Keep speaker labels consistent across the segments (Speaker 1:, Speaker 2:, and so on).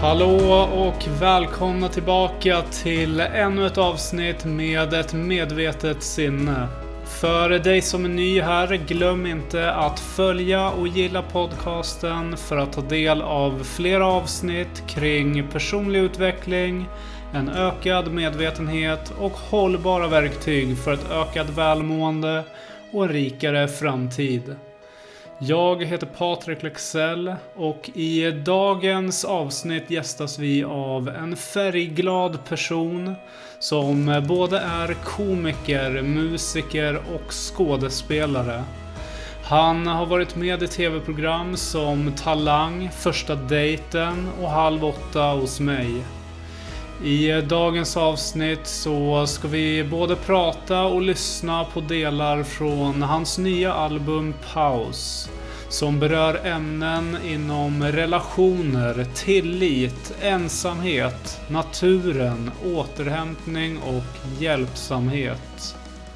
Speaker 1: Hallå och välkomna tillbaka till ännu ett avsnitt med ett medvetet sinne. För dig som är ny här, glöm inte att följa och gilla podcasten för att ta del av flera avsnitt kring personlig utveckling, en ökad medvetenhet och hållbara verktyg för ett ökat välmående och en rikare framtid. Jag heter Patrik Lexell och i dagens avsnitt gästas vi av en färgglad person som både är komiker, musiker och skådespelare. Han har varit med i tv-program som Talang, Första dejten och Halv 8 hos mig. I dagens avsnitt så ska vi både prata och lyssna på delar från hans nya album Paus, som berör ämnen inom relationer, tillit, ensamhet, naturen, återhämtning och hjälpsamhet.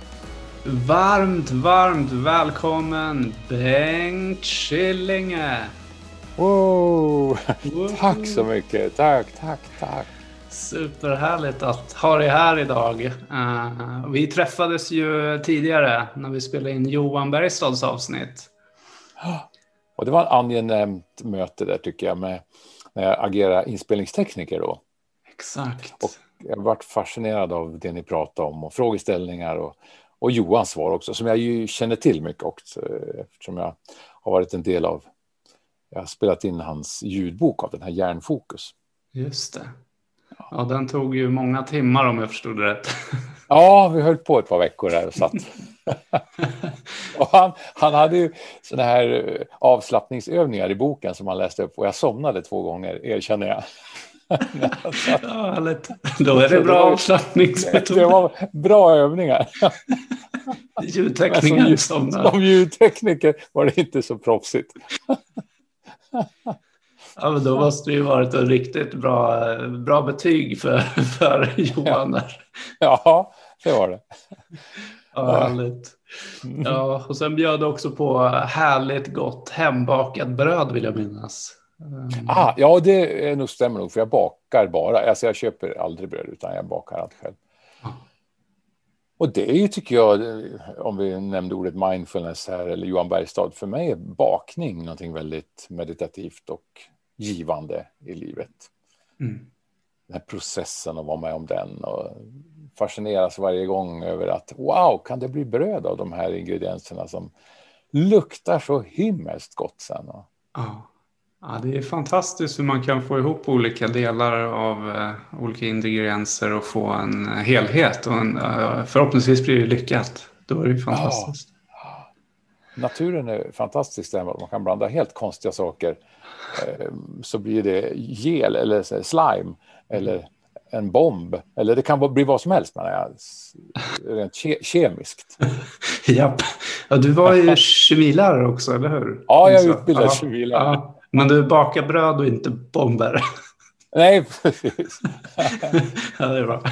Speaker 1: Varmt välkommen Bengt Killinge.
Speaker 2: Wow. Tack så mycket, tack.
Speaker 1: Superhärligt att ha dig här idag. Vi träffades ju tidigare när vi spelade in Johan Bergstads avsnitt.
Speaker 2: Och det var ett angenämt möte där tycker jag med när jag agerar inspelningstekniker då.
Speaker 1: Exakt.
Speaker 2: Och jag har varit fascinerad av det ni pratade om och frågeställningar och Johans svar också som jag ju känner till mycket också eftersom jag har varit en del av, jag har spelat in hans ljudbok av den här Hjärnfokus.
Speaker 1: Just det. Ja, den tog ju många timmar om jag förstod det rätt.
Speaker 2: Ja, vi höll på ett par veckor där och satt. Och han hade ju såna här avslappningsövningar i boken som han läste upp och jag somnade 2 gånger, erkänner jag.
Speaker 1: Ja, härligt. Då är det bra avslappningsmetod.
Speaker 2: Det var bra övningar.
Speaker 1: Ljudtekniken
Speaker 2: som ljudtekniker var det inte så proffsigt.
Speaker 1: Ja, men då måste det ju varit ett riktigt bra betyg för Johan där.
Speaker 2: Ja, det var det.
Speaker 1: Ja, härligt. Ja, och sen bjöd du också på härligt gott hembakat bröd vill jag minnas.
Speaker 2: Ja, det är nog stämmer nog för jag bakar bara. Alltså jag köper aldrig bröd utan jag bakar allt själv. Och det är ju tycker jag, om vi nämnde ordet mindfulness här eller Johan Bergstad, för mig är bakning någonting väldigt meditativt och givande i livet. Den här processen och vara med om den och fascineras varje gång över att wow, kan det bli bröd av de här ingredienserna som luktar så himmelskt gott sen.
Speaker 1: Ja, det är fantastiskt hur man kan få ihop olika delar av olika ingredienser och få en helhet och förhoppningsvis blir det lyckat. Då är det ju fantastiskt.
Speaker 2: Naturen är fantastisk där man kan blanda helt konstiga saker så blir det gel eller slime eller en bomb eller det kan bli vad som helst rent kemiskt.
Speaker 1: Japp. Ja, du var ju kemilärare också, eller hur?
Speaker 2: Ja, jag utbildade kemilärare.
Speaker 1: Ja. Men du bakar bröd och inte bomber.
Speaker 2: Nej, precis.
Speaker 1: Ja, det är bra.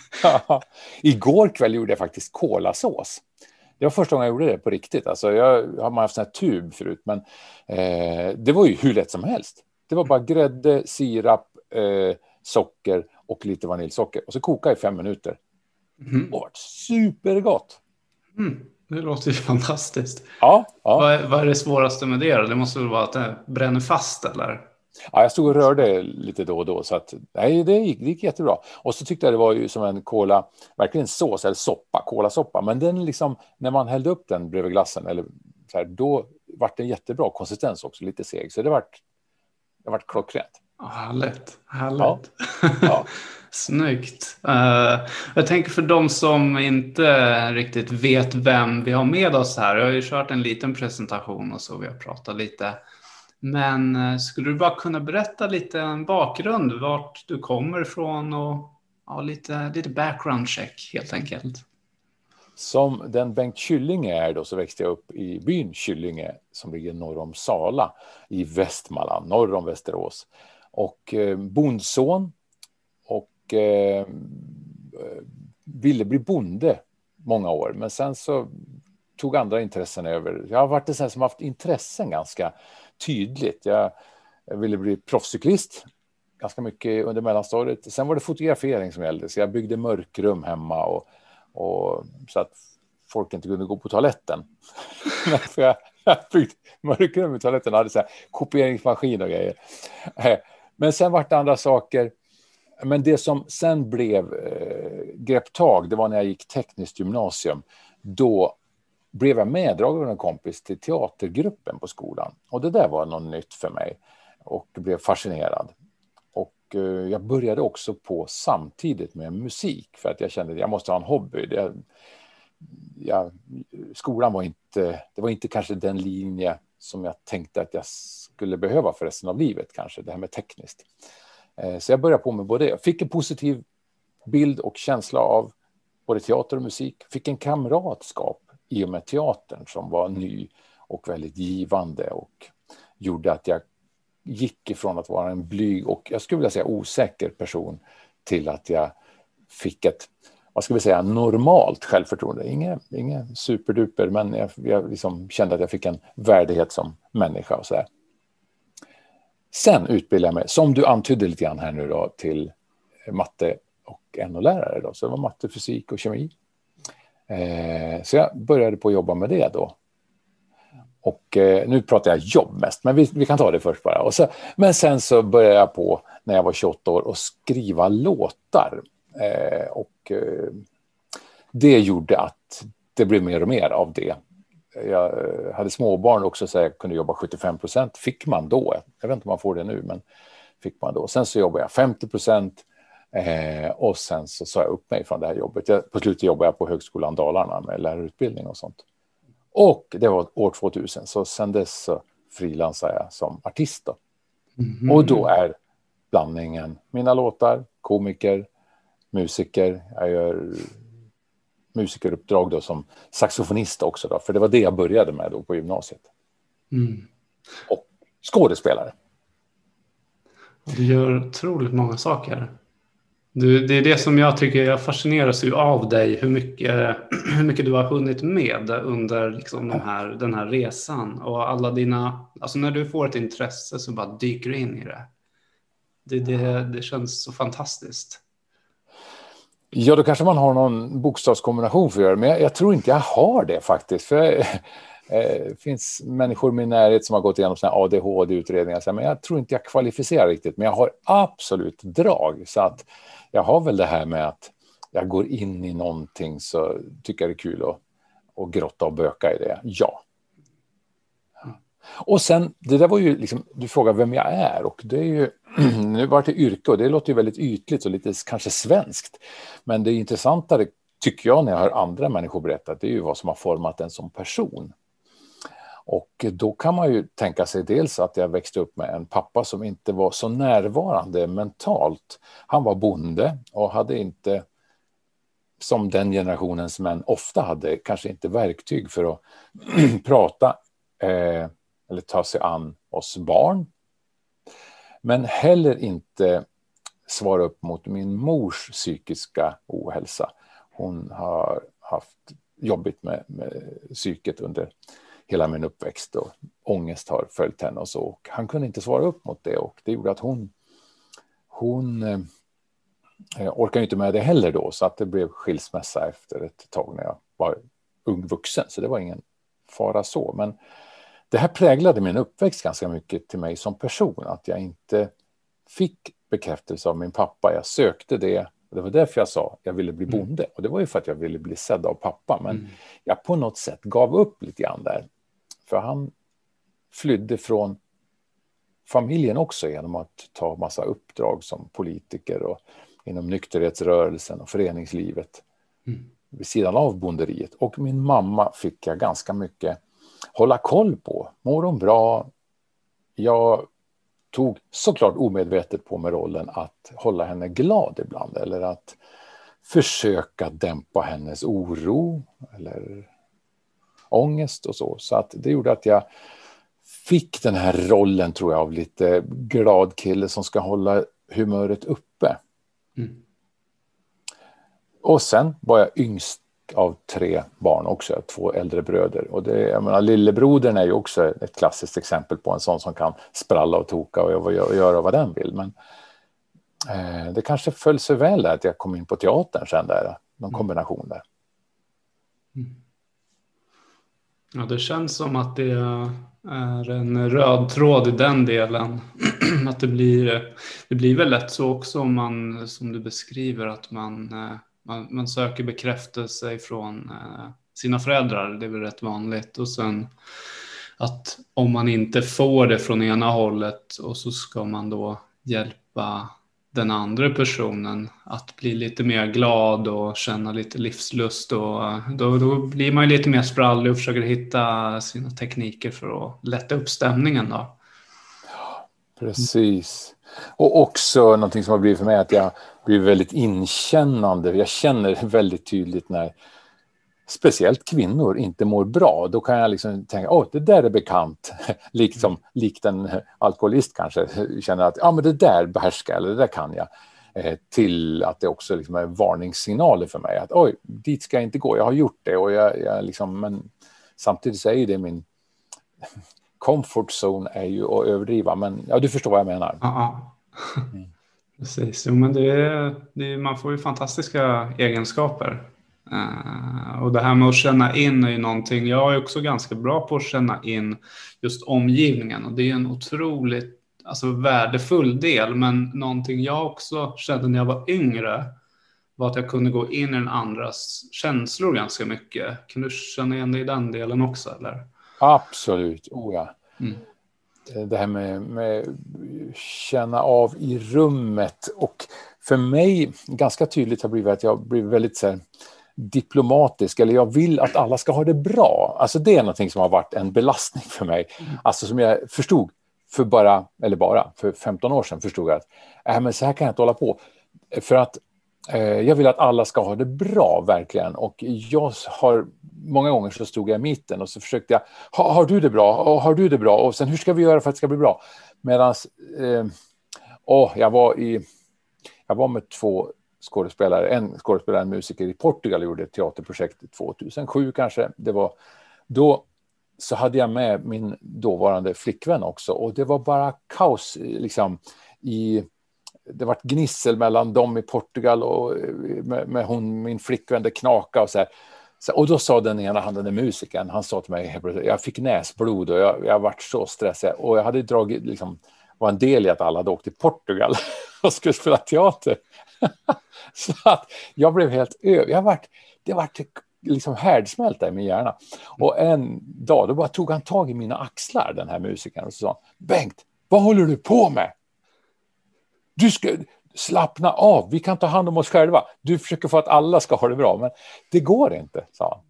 Speaker 2: Igår kväll gjorde jag faktiskt kolasås. Det var första gången jag gjorde det på riktigt. Alltså jag har haft sån här tub förut, men det var ju hur lätt som helst. Det var bara grädde, sirap, socker och lite vaniljsocker. Och så koka i 5 minuter. Och det var supergott.
Speaker 1: Det låter ju fantastiskt.
Speaker 2: Ja.
Speaker 1: Vad är det svåraste med det? Det måste väl vara att det bränner fast, eller?
Speaker 2: Ja, jag stod och rörde lite då och då. Så att, nej, det gick jättebra. Och så tyckte jag det var ju som en cola, verkligen sås eller soppa, kolasoppa. Men den liksom, när man hällde upp den bredvid glassen, eller så här, då var det en jättebra konsistens också, lite seg. Så det var klockrent.
Speaker 1: Härligt.
Speaker 2: Ja.
Speaker 1: Snyggt. Jag tänker för de som inte riktigt vet vem vi har med oss här. Jag har ju kört en liten presentation och så vi har pratat lite. Men skulle du bara kunna berätta lite en bakgrund, vart du kommer ifrån och lite background check helt enkelt.
Speaker 2: Som den Bengt Killinge är då så växte jag upp i byn Killinge som ligger norr om Sala i Västmanland, norr om Västerås. Och bondson och ville bli bonde många år. Men sen så tog andra intressen över. Jag har varit en sån som haft intressen ganska tydligt. Jag ville bli proffscyklist ganska mycket under mellanstadiet. Sen var det fotografering som gällde, så jag byggde mörkrum hemma och så att folk inte kunde gå på toaletten. För jag byggde mörkrum i toaletten och hade så här kopieringsmaskin och grejer. Men sen var det andra saker. Men det som sen blev grepptag, det var när jag gick tekniskt gymnasium. Då blev jag meddragen av en kompis till teatergruppen på skolan. Och det där var något nytt för mig och blev fascinerad. Och jag började också på samtidigt med musik för att jag kände att jag måste ha en hobby. Skolan var inte kanske den linje som jag tänkte att jag skulle behöva för resten av livet, kanske det här med tekniskt. Så jag började på med både, jag fick en positiv bild och känsla av både teater och musik, fick en kamratskap i och med teatern som var ny och väldigt givande och gjorde att jag gick ifrån att vara en blyg och jag skulle vilja säga osäker person till att jag fick ett, vad ska vi säga, normalt självförtroende. Ingen superduper, men jag liksom kände att jag fick en värdighet som människa och så där. Sen utbildade jag mig, som du antydde lite grann här nu då, till matte och NO-lärare då. Så det var matte, fysik och kemi. Så jag började på att jobba med det då. Och nu pratar jag jobb mest, men vi kan ta det först bara. Men sen så började jag på, när jag var 28 år, att skriva låtar. Och det gjorde att det blev mer och mer av det. Jag hade småbarn också så jag kunde jobba 75%. Fick man då, jag vet inte om man får det nu, men fick man då. Sen så jobbade jag 50%. Och sen så sa jag upp mig från det här jobbet. På slutet jobbade jag på Högskolan Dalarna med lärarutbildning och sånt. Och det var år 2000, så sen dess så frilansade jag som artist då. Mm-hmm. Och då är blandningen mina låtar, komiker, musiker. Jag gör musikeruppdrag då som saxofonist också då, för det var det jag började med då på gymnasiet. Mm. Och skådespelare.
Speaker 1: Du gör otroligt många saker. Det är det som jag tycker, jag fascineras ju av dig, hur mycket du har hunnit med under liksom den här resan och alla dina, alltså när du får ett intresse så bara dyker du in i det. Det känns så fantastiskt.
Speaker 2: Ja, då kanske man har någon bokstavskombination för att göra det, men jag tror inte jag har det faktiskt. För det finns människor i min närhet som har gått igenom såna ADHD-utredningar, men jag tror inte jag kvalificerar riktigt. Men jag har absolut drag, så att jag har väl det här med att jag går in i någonting så tycker jag det är kul att grotta och böka i det. Ja. Och sen, det där var ju liksom, du frågar vem jag är, och det är ju, nu var det yrke och det låter ju väldigt ytligt och lite kanske svenskt. Men det intressantare tycker jag när jag hör andra människor berätta, det är ju vad som har format en som person. Och då kan man ju tänka sig dels att jag växte upp med en pappa som inte var så närvarande mentalt. Han var bonde och hade inte, som den generationens män ofta hade, kanske inte verktyg för att prata eller ta sig an oss barn. Men heller inte svara upp mot min mors psykiska ohälsa. Hon har haft jobbigt med psyket under hela min uppväxt och ångest har följt henne och så. Och han kunde inte svara upp mot det och det gjorde att hon orkade inte med det heller då, så att det blev skilsmässa efter ett tag när jag var ung vuxen, så det var ingen fara så. Men det här präglade min uppväxt ganska mycket till mig som person, att jag inte fick bekräftelse av min pappa. Jag sökte det. Och det var därför jag sa att jag ville bli bonde. Och det var ju för att jag ville bli sedd av pappa. Men jag på något sätt gav upp lite grann där. För han flydde från familjen också genom att ta massa uppdrag som politiker och inom nykterhetsrörelsen och föreningslivet. Vid sidan av bonderiet. Och min mamma fick jag ganska mycket hålla koll på. Mår hon bra? Jag tog såklart omedvetet på mig rollen att hålla henne glad ibland. Eller att försöka dämpa hennes oro eller ångest och så. Så att det gjorde att jag fick den här rollen, tror jag, av lite glad kille som ska hålla humöret uppe. Och sen var jag yngst av 3 barn också. Jag har 2 äldre bröder. Och det, jag menar, lillebrodern är ju också ett klassiskt exempel på en sån som kan spralla och toka och göra vad den vill. Men det kanske föll sig väl att jag kom in på teatern sen där. Någon kombination där.
Speaker 1: Ja, det känns som att det är en röd tråd i den delen. Att det blir väl lätt så också om man, som du beskriver, att man söker bekräftelse från sina föräldrar. Det är väl rätt vanligt. Och sen att om man inte får det från ena hållet och så ska man då hjälpa den andra personen att bli lite mer glad och känna lite livslust, och då blir man ju lite mer sprallig och försöker hitta sina tekniker för att lätta upp stämningen då.
Speaker 2: Precis. Och också någonting som har blivit för mig att jag blir väldigt inkännande. Jag känner väldigt tydligt när speciellt kvinnor inte mår bra. Då kan jag liksom tänka, det där är bekant. Likt en alkoholist kanske känner att men det där behärskar eller det där kan jag. Till att det också liksom är varningssignaler för mig. Att dit ska jag inte gå. Jag har gjort det. Och jag liksom, men samtidigt så är det min comfort zone är ju att överdriva. Men du förstår vad jag menar.
Speaker 1: Ja. Precis. Jo, men man får ju fantastiska egenskaper. Och det här med att känna in är ju någonting. Jag är också ganska bra på att känna in just omgivningen. Och det är en otroligt värdefull del. Men någonting jag också kände när jag var yngre var att jag kunde gå in i den andras känslor ganska mycket. Kan du känna igen dig i den delen också, eller?
Speaker 2: Absolut, ja. Det här med känna av i rummet. Och för mig ganska tydligt har blivit att jag blivit väldigt så här diplomatisk, eller jag vill att alla ska ha det bra. Alltså det är någonting som har varit en belastning för mig. Alltså som jag förstod för 15 år sedan förstod jag att men så här kan jag inte hålla på. För att jag vill att alla ska ha det bra, verkligen. Och jag har många gånger så stod jag i mitten och så försökte jag, har du det bra? Och har du det bra? Och sen hur ska vi göra för att det ska bli bra? Medan jag var med 2 skådespelare, en skådespelare, en musiker i Portugal, gjorde ett teaterprojekt 2007 kanske. Det var då, så hade jag med min dåvarande flickvän också, och det var bara kaos liksom det var ett gnissel mellan dem i Portugal och med min flickvän, det knaka och så här. Och då sa den ena, den musikern, han sa till mig, jag fick näsblod och jag varit så stressad, och jag hade var en del i att alla hade åkt till Portugal och skulle spela teater. Så att jag blev helt det var liksom härdsmält där i min hjärna. Och en dag då bara tog han tag i mina axlar, den här musikern, och så sa, Bengt, vad håller du på med? Du ska slappna av, vi kan ta hand om oss själva. Du försöker få att alla ska ha det bra, men det går inte, sa han.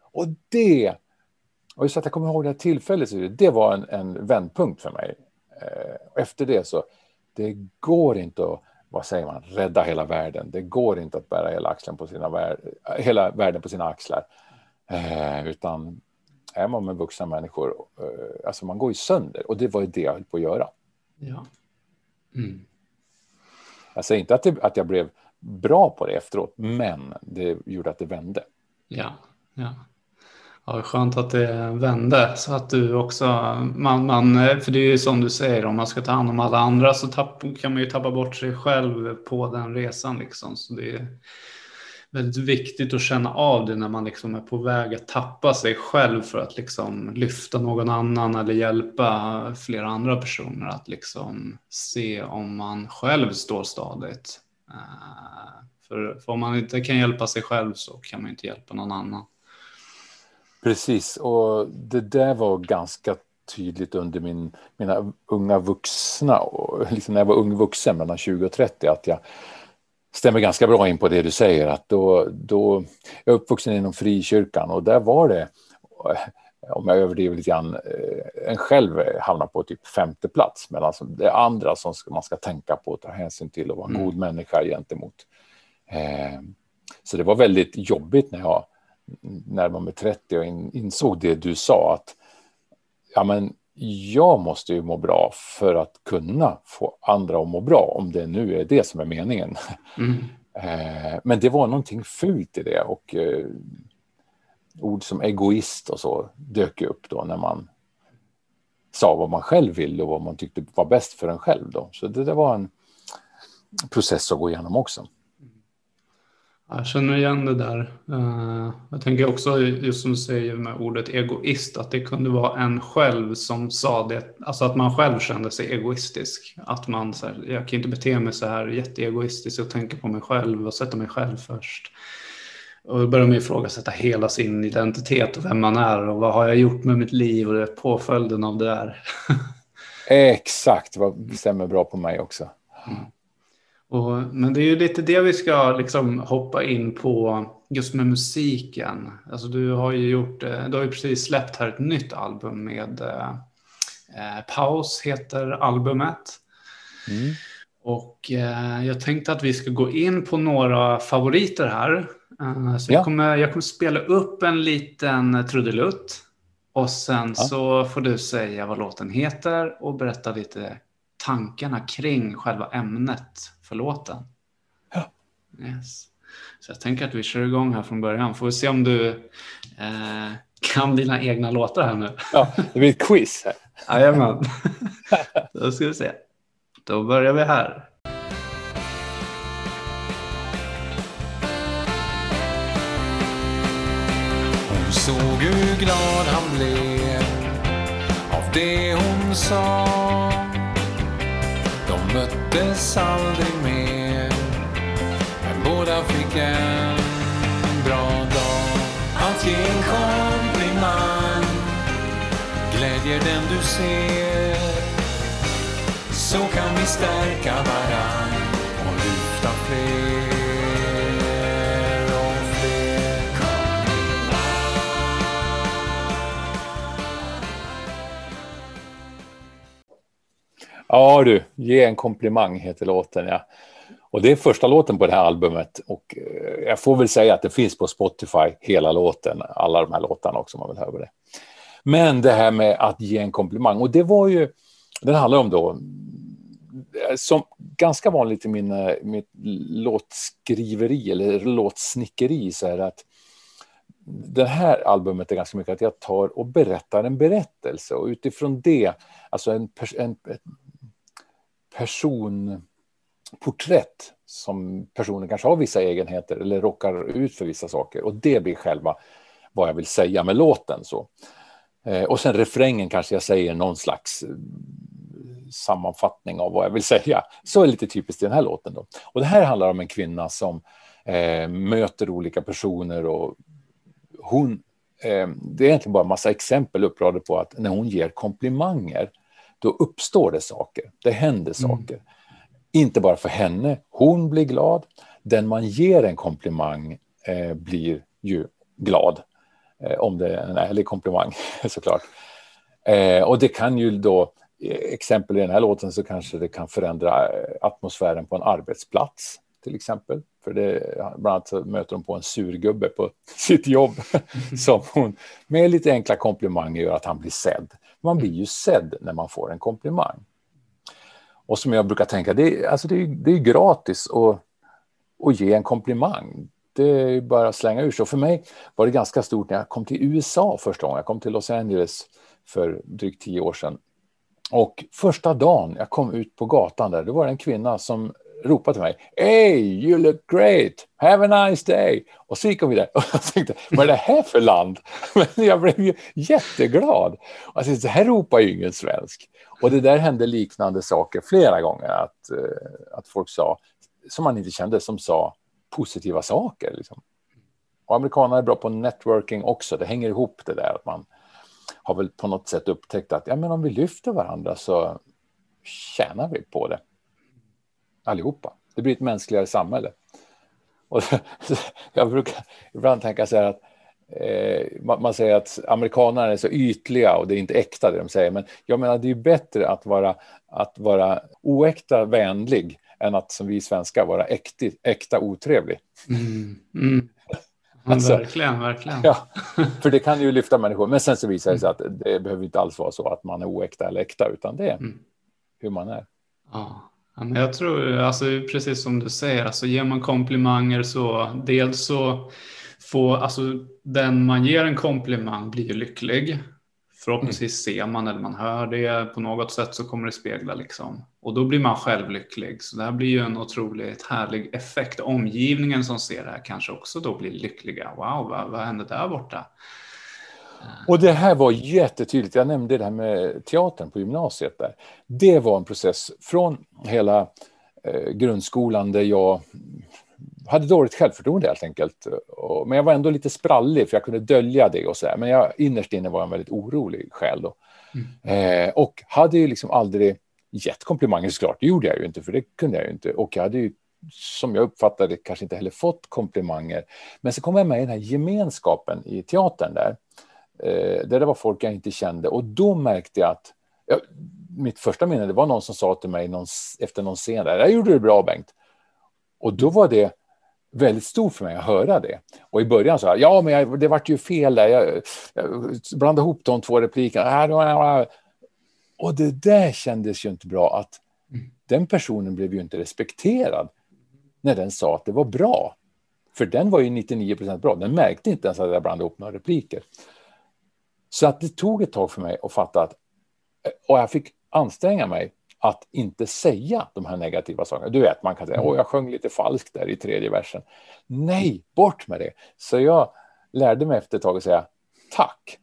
Speaker 2: Och så att jag kommer ihåg det här tillfället, så det var en vändpunkt för mig. Efter det så, det går inte att, vad säger man, rädda hela världen. Det går inte att bära hela världen på sina axlar. Utan är man med vuxna människor, alltså man går ju sönder. Och det var ju det jag höll på att göra.
Speaker 1: Ja.
Speaker 2: Jag säger inte att jag blev bra på det efteråt, men det gjorde att det vände.
Speaker 1: Ja. Ja, skönt att det vände, så att du också, för det är ju som du säger, om man ska ta hand om alla andra så kan man ju tappa bort sig själv på den resan liksom. Så det är väldigt viktigt att känna av det när man liksom är på väg att tappa sig själv för att liksom lyfta någon annan eller hjälpa flera andra personer att liksom se om man själv står stadigt. För om man inte kan hjälpa sig själv så kan man inte hjälpa någon annan.
Speaker 2: Precis, och det där var ganska tydligt under mina unga vuxna, och liksom när jag var ung vuxen mellan 20 och 30, att jag stämmer ganska bra in på det du säger, att då jag är uppvuxen inom frikyrkan, och där var det, om jag överdriver lite grann, en själv hamnar på typ 5:e plats, medan det är andra som man ska tänka på och ta hänsyn till och vara en god människa gentemot. Så det var väldigt jobbigt när man med 30 och insåg det du sa, att jag måste ju må bra för att kunna få andra att må bra, om det nu är det som är meningen. Men det var någonting fult i det, och ord som egoist och så dök upp då när man sa vad man själv vill och vad man tyckte var bäst för en själv då. Så det var process att gå igenom också.
Speaker 1: Jag känner igen det där. Jag tänker också, just som du säger med ordet egoist, att det kunde vara en själv som sa det, alltså att man själv kände sig egoistisk. Att man så här, jag kan inte bete mig så här jätteegoistiskt och tänka på mig själv och sätta mig själv först. Och då börjar man ifrågasätta hela sin identitet och vem man är och vad har jag gjort med mitt liv och det är påföljden av det där.
Speaker 2: Exakt, vad stämmer bra på mig också.
Speaker 1: Men det är ju lite det vi ska liksom hoppa in på just med musiken. Alltså du har ju precis släppt här ett nytt album med Paus heter albumet. Och jag tänkte att vi ska gå in på några favoriter här. Så jag kommer spela upp en liten trudelutt. Och sen så får du säga vad låten heter och berätta lite tankarna kring själva ämnet för låten.
Speaker 2: Ja.
Speaker 1: Yes. Så jag tänker att vi kör igång här från början. Får vi se om du kan dina egna låtar här nu.
Speaker 2: Ja, det blir ett quiz här.
Speaker 1: Jajamän. Då ska vi se. Då börjar vi här.
Speaker 3: Hon såg hur glad han blev av det hon sa. De möttes aldrig mer, men båda fick en bra dag. Att ge en komplimang glädjer den du ser, så kan vi stärka varann och lyfta fler och fler.
Speaker 2: Ja du, ge en komplimang heter låten, ja. Och det är första låten på det här albumet. Och jag får väl säga att det finns på Spotify hela låten. Alla de här låtarna också, man vill höra det. Men det här med att ge en komplimang. Och det var ju, den handlar om då, som ganska vanligt i mitt låtskriveri eller låtsnickeri, så är det att det här albumet är ganska mycket att jag tar och berättar en berättelse. Och utifrån det, alltså en personporträtt som personen kanske har vissa egenheter eller råkar ut för vissa saker. Och det blir själva vad jag vill säga med låten. Så. Och sen refrängen kanske jag säger någon slags sammanfattning av vad jag vill säga. Så är det lite typiskt i den här låten då. Och det här handlar om en kvinna som möter olika personer och hon, det är egentligen bara en massa exempel uppradade på att när hon ger komplimanger då uppstår det saker, det händer saker. Inte bara för henne, hon blir glad. Den man ger en komplimang blir ju glad. Om det är en ärlig komplimang såklart. Och det kan ju då, exempel i den här låten så kanske det kan förändra atmosfären på en arbetsplats till exempel. För det, bland annat så möter hon på en surgubbe på sitt jobb som hon med lite enkla komplimanger gör att han blir sedd. Man blir ju sedd när man får en komplimang. Och som jag brukar tänka, det är gratis att ge en komplimang. Det är bara att slänga ur sig. Och för mig var det ganska stort när jag kom till USA första gången. Jag kom till Los Angeles för drygt 10 år sedan. Och första dagen jag kom ut på gatan där, då var det en kvinna som ropade till mig: "Hey, you look great, have a nice day." Och så gick hon vidare. Och jag tänkte, vad är det här för land? Men jag blev ju jätteglad. Alltså, det här ropar ju ingen svensk. Och det där hände liknande saker flera gånger. Att folk sa, som man inte kände, som sa positiva saker. Liksom. Och amerikaner är bra på networking också. Det hänger ihop det där. Att man har väl på något sätt upptäckt att men om vi lyfter varandra så tjänar vi på det. Allihopa. Det blir ett mänskligare samhälle. Och jag brukar ibland tänka så här att man säger att amerikanerna är så ytliga och det är inte äkta det de säger. Men jag menar det är bättre att vara oäkta vänlig än att som vi svenskar vara äkta otrevlig.
Speaker 1: Alltså, verkligen.
Speaker 2: Ja, för det kan ju lyfta människor. Men sen så visar det sig att det behöver inte alls vara så att man är oäkta eller äkta, utan det är hur man är.
Speaker 1: Ja, men jag tror, alltså precis som du säger, alltså ger man komplimanger så dels så får, alltså den man ger en komplimang blir ju lycklig. Förhoppningsvis ser man eller man hör det på något sätt, så kommer det spegla liksom. Och då blir man själv lycklig. Så det här blir ju en otroligt härlig effekt. Omgivningen som ser det här kanske också då blir lyckliga. Wow, vad hände där borta?
Speaker 2: Och det här var jättetydligt. Jag nämnde det här med teatern på gymnasiet där. Det var en process från hela grundskolan där jag hade dåligt självförtroende helt enkelt. Men jag var ändå lite sprallig för jag kunde dölja det och så här. Men jag innerst inne var en väldigt orolig själ då. Och hade ju liksom aldrig gett komplimanger såklart. Det gjorde jag ju inte, för det kunde jag ju inte. Och jag hade ju, som jag uppfattade, kanske inte heller fått komplimanger. Men så kom jag med i den här gemenskapen i teatern där det var folk jag inte kände. Och då märkte jag att mitt första minne, det var någon som sa till mig efter någon scen där: jag gjorde det bra, Bengt. Och då var det väldigt stort för mig att höra det. Och i början så här, men det vart ju fel där. Jag blandade ihop de två replikerna. Och det där kändes ju inte bra, att den personen blev ju inte respekterad när den sa att det var bra. För den var ju 99% bra. Den märkte inte ens att jag blandade ihop några repliker. Så att det tog ett tag för mig att fatta att, och jag fick anstränga mig att inte säga de här negativa sakerna. Du vet, man kan säga, jag sjöng lite falskt där i tredje versen. Nej, bort med det. Så jag lärde mig efter ett tag att säga tack.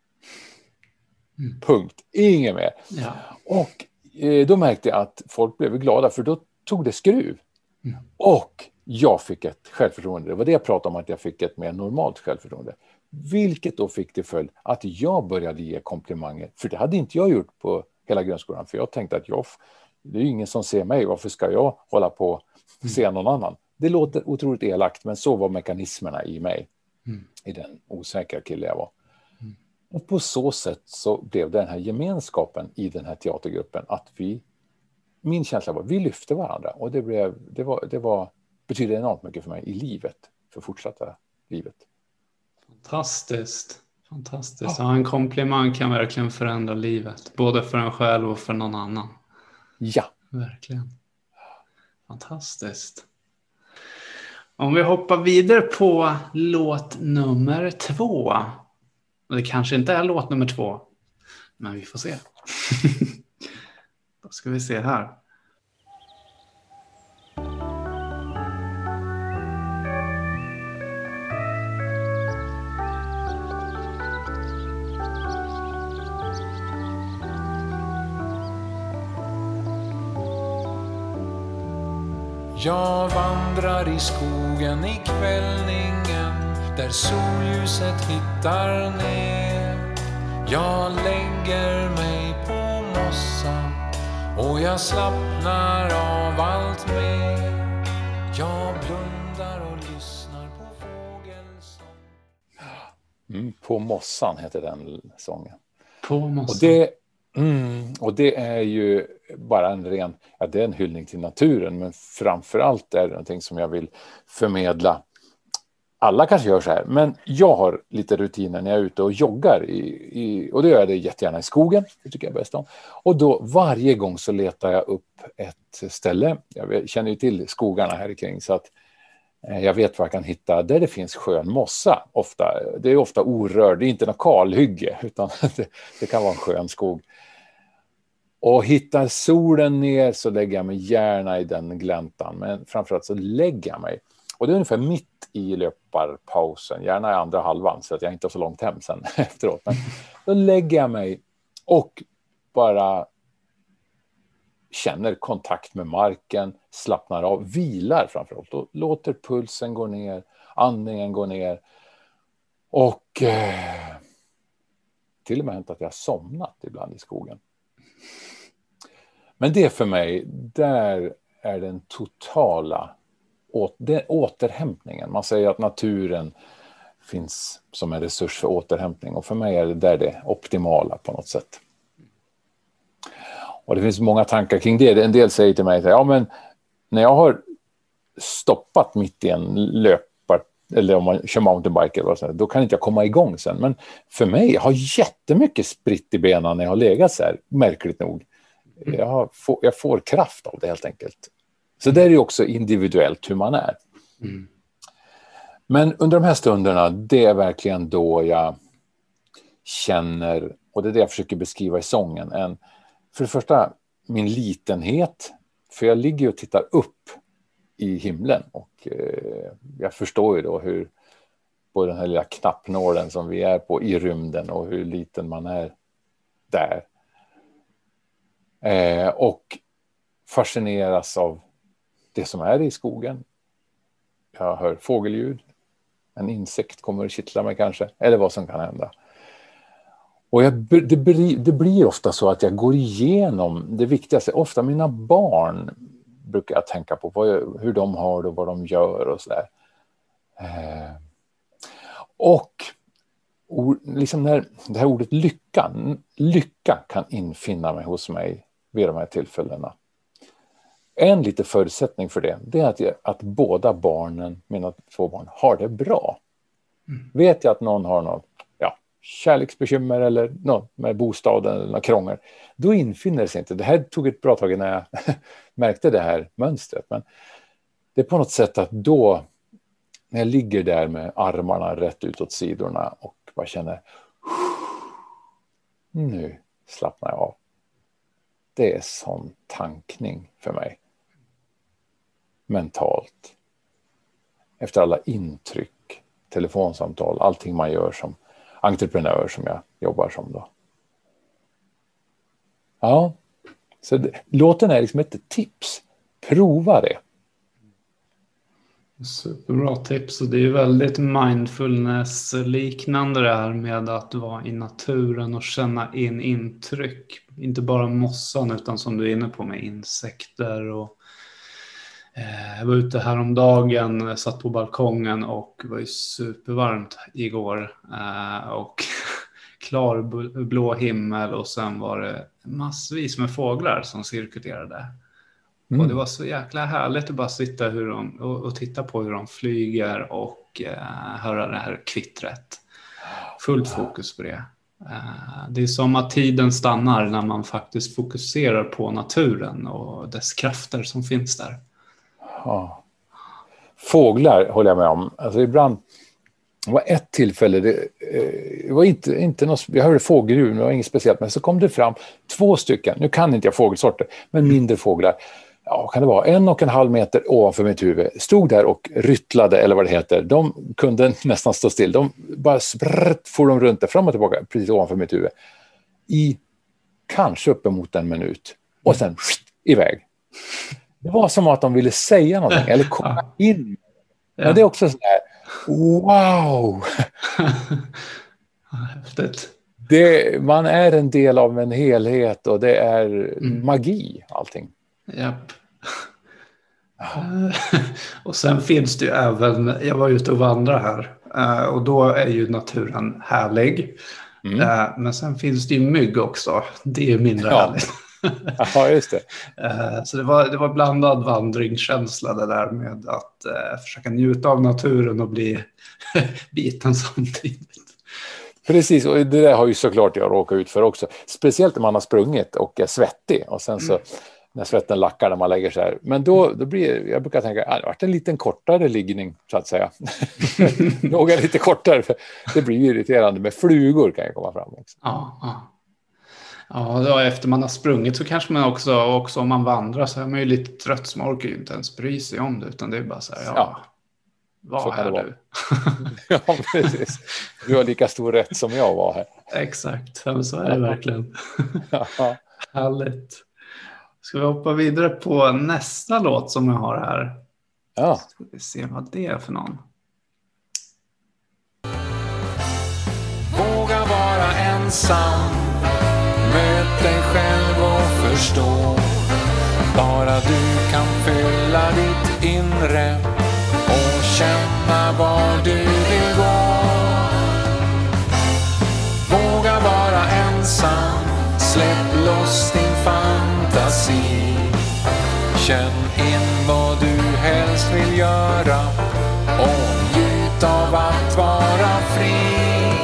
Speaker 2: Punkt. Inget mer. Ja. Och då märkte jag att folk blev glada, för då tog det skruv. Och jag fick ett självförtroende. Det var det jag pratade om, att jag fick ett mer normalt självförtroende. Vilket då fick till följd att jag började ge komplimanger. För det hade inte jag gjort på hela grundskolan. För jag tänkte att det är ju ingen som ser mig. Varför ska jag hålla på och se någon annan? Det låter otroligt elakt, men så var mekanismerna i mig. I den osäkra kille jag var. Och på så sätt så blev den här gemenskapen i den här teatergruppen att min känsla var, vi lyfte varandra. Och det betyder enormt mycket för mig i livet, för fortsatta livet.
Speaker 1: Fantastiskt. Ja, en komplimang kan verkligen förändra livet, både för en själv och för någon annan.
Speaker 2: Ja.
Speaker 1: Verkligen. Fantastiskt. Om vi hoppar vidare på låt nummer 2. Det kanske inte är låt nummer 2, men vi får se. Då ska vi se här.
Speaker 3: Jag vandrar i skogen i kvällningen, där solljuset hittar ner. Jag lägger mig på mossan och jag slappnar av allt mer. Jag blundar och lyssnar på fågelsång.
Speaker 2: På mossan heter den sången.
Speaker 1: På mossan.
Speaker 2: Och det är ju bara det är en hyllning till naturen, men framförallt är det någonting som jag vill förmedla. Alla kanske gör så här, men jag har lite rutiner när jag är ute och joggar och då gör jag det jättegärna i skogen, det tycker jag är bäst om. Och då varje gång så letar jag upp ett ställe, jag känner ju till skogarna här kring, så att jag vet vad jag kan hitta där det finns skön mossa. Det är ofta orörd, det är inte någon kalhygge, utan det kan vara en skön skog. Och hittar solen ner så lägger jag mig gärna i den gläntan, men framförallt så lägger jag mig. Och det är ungefär mitt i löparpausen, gärna i andra halvan, så att jag inte har så långt hem sen efteråt. Men då lägger jag mig och bara känner kontakt med marken, slappnar av, vilar framförallt och låter pulsen gå ner, andningen gå ner. Och till och med hänt att jag har somnat ibland i skogen. Men det för mig, där är den totala återhämtningen. Man säger att naturen finns som en resurs för återhämtning, och för mig är det där det optimala på något sätt. Och det finns många tankar kring det. En del säger till mig, men när jag har stoppat mitt i en eller om man kör mountainbike eller så, då kan inte jag komma igång sen. Men för mig, jag har jättemycket spritt i benen när jag har legat så här, märkligt nog. Jag får kraft av det helt enkelt. Så det är ju också individuellt hur man är. Men under de här stunderna, det är verkligen då jag känner Och det är det jag försöker beskriva i sången. För det första, min litenhet. För jag ligger och tittar upp i himlen. Och jag förstår ju då hur på den här lilla knappnålen som vi är på i rymden och hur liten man är där. Och fascineras av det som är i skogen. Jag hör fågelljud. En insekt kommer att kittla mig kanske. Eller vad som kan hända. Och det blir ofta så att jag går igenom det viktigaste. Ofta mina barn brukar jag tänka på. Hur de har det och vad de gör och sådär. Och liksom när det här ordet lycka kan infinna mig hos mig vid de här tillfällena. En liten förutsättning för det är att båda barnen, mina 2 barn, har det bra. Vet jag att någon har något kärleksbekymmer eller något med bostaden eller något krångel, då infinner det sig inte. Det här tog ett bra tag när jag märkte det här mönstret. Men det är på något sätt att då, när jag ligger där med armarna rätt ut åt sidorna och bara känner nu slappnar jag av. Det är sån tankning för mig. Mentalt. Efter alla intryck, telefonsamtal, allting man gör som entreprenör som jag jobbar som då. Ja, så låten är liksom ett tips. Prova det.
Speaker 1: Superbra tips, och det är ju väldigt mindfulness-liknande det här med att vara i naturen och känna in intryck. Inte bara mossan utan som du är inne på med insekter. Och jag var ute häromdagen, satt på balkongen och det var ju supervarmt igår. Och klar blå himmel och sen var det massvis med fåglar som cirkulerade. Och det var så jäkla härligt att bara sitta och titta på hur de flyger och höra det här kvittret. Fullt fokus på det. Det är som att tiden stannar när man faktiskt fokuserar på naturen och dess krafter som finns där.
Speaker 2: Ja. Fåglar håller jag med om. Alltså ibland, det var ett tillfälle, det var inte något, jag hörde fågelljud, det var inget speciellt, men så kom det fram 2 stycken, nu kan inte jag fågelsorter, men mindre fåglar. Ja, kan det vara 1,5 meter ovanför mitt huvud. Stod där och ryttlade, eller vad det heter. De kunde nästan stå still. De bara for de runt där, fram och tillbaka, precis ovanför mitt huvud. I kanske uppemot 1 minut. Och sen iväg. Det var som att de ville säga någonting, eller komma in. Men det är också så här, wow!
Speaker 1: Häftigt.
Speaker 2: Man är en del av en helhet och det är magi, allting.
Speaker 1: Japp. Och sen finns det ju även, jag var ute och vandrade här och då är ju naturen härlig. Men sen finns det ju mygg också. Det är mindre härligt.
Speaker 2: Ja, just det.
Speaker 1: Så det var blandad vandringskänsla det där med att försöka njuta av naturen och bli biten samtidigt.
Speaker 2: Precis, och det där har ju såklart jag råkat ut för också. Speciellt när man har sprungit och är svettig och sen så när svetten lackar när man lägger sig här. Men då blir, jag brukar tänka, det har varit en liten kortare liggning så att säga. Några lite kortare, för det blir ju irriterande med flugor kan ju komma fram också.
Speaker 1: Ja, då efter man har sprungit så kanske man också om man vandrar så är man ju lite trött, så man orkar ju inte ens bry sig om det, utan det är bara så här, vad är du?
Speaker 2: Ja, precis. Du har lika stor rätt som jag var här.
Speaker 1: Exakt, så är det verkligen. Härligt. Ska vi hoppa vidare på nästa låt som jag har här?
Speaker 2: Ja.
Speaker 1: Ska vi se vad det är för någon.
Speaker 3: Våga vara ensam. Möt dig själv och förstå. Bara du kan fylla ditt inre och känna var du vill gå. Våga vara ensam. Släpp loss din fantasi. Känn in vad du helst vill göra och njut av att vara fri.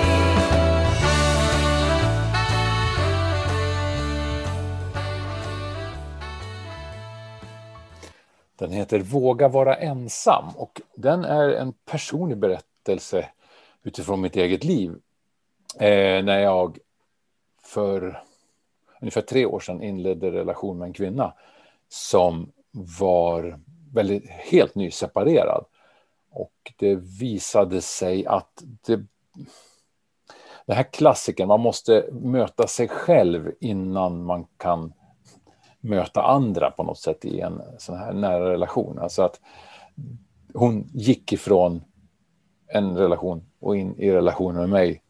Speaker 2: Den heter Våga vara ensam och den är en personlig berättelse utifrån mitt eget liv. När jag för ungefär 3 år sedan inledde relation med en kvinna som var helt nyseparerad. Och det visade sig att det här klassiken, man måste möta sig själv innan man kan möta andra på något sätt i en sån här nära relation. Alltså att hon gick ifrån en relation och in i relationen med mig.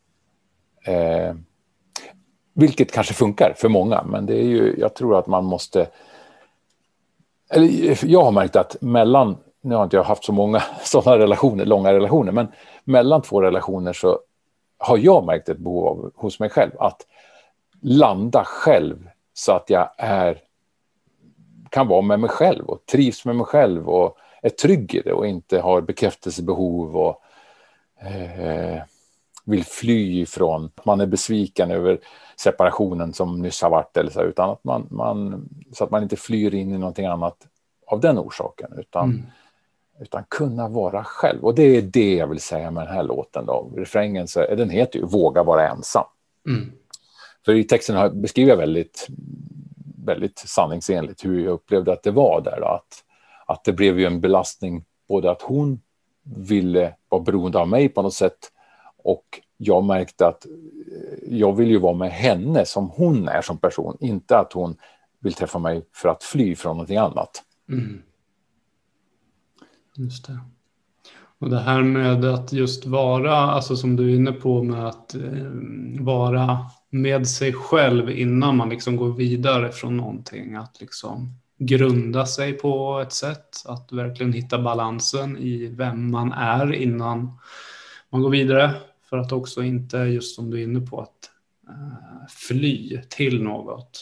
Speaker 2: Vilket kanske funkar för många, men det är ju, jag tror att man måste, eller jag har märkt att nu har inte jag haft så många sådana relationer, långa relationer, men mellan 2 relationer så har jag märkt ett behov av, hos mig själv att landa själv så att jag kan vara med mig själv och trivs med mig själv och är trygg i det och inte har bekräftelsebehov och vill fly ifrån att man är besviken över separationen som nyss har varit eller så, utan att så att man inte flyr in i någonting annat av den orsaken, utan kunna vara själv. Och det är det jag vill säga med den här låten då. Refrängen, den heter ju Våga vara ensam. För i texten beskriver jag väldigt, väldigt sanningsenligt hur jag upplevde att det var där då. Att det blev ju en belastning, både att hon ville vara beroende av mig på något sätt, och jag märkte att jag vill ju vara med henne som hon är som person, inte att hon vill träffa mig för att fly från någonting annat.
Speaker 1: Just det. Och det här med att just vara, alltså som du är inne på, med att vara med sig själv innan man liksom går vidare från någonting, att liksom grunda sig på ett sätt, att verkligen hitta balansen i vem man är innan man går vidare, för att också inte, just som du är inne på, att fly till något.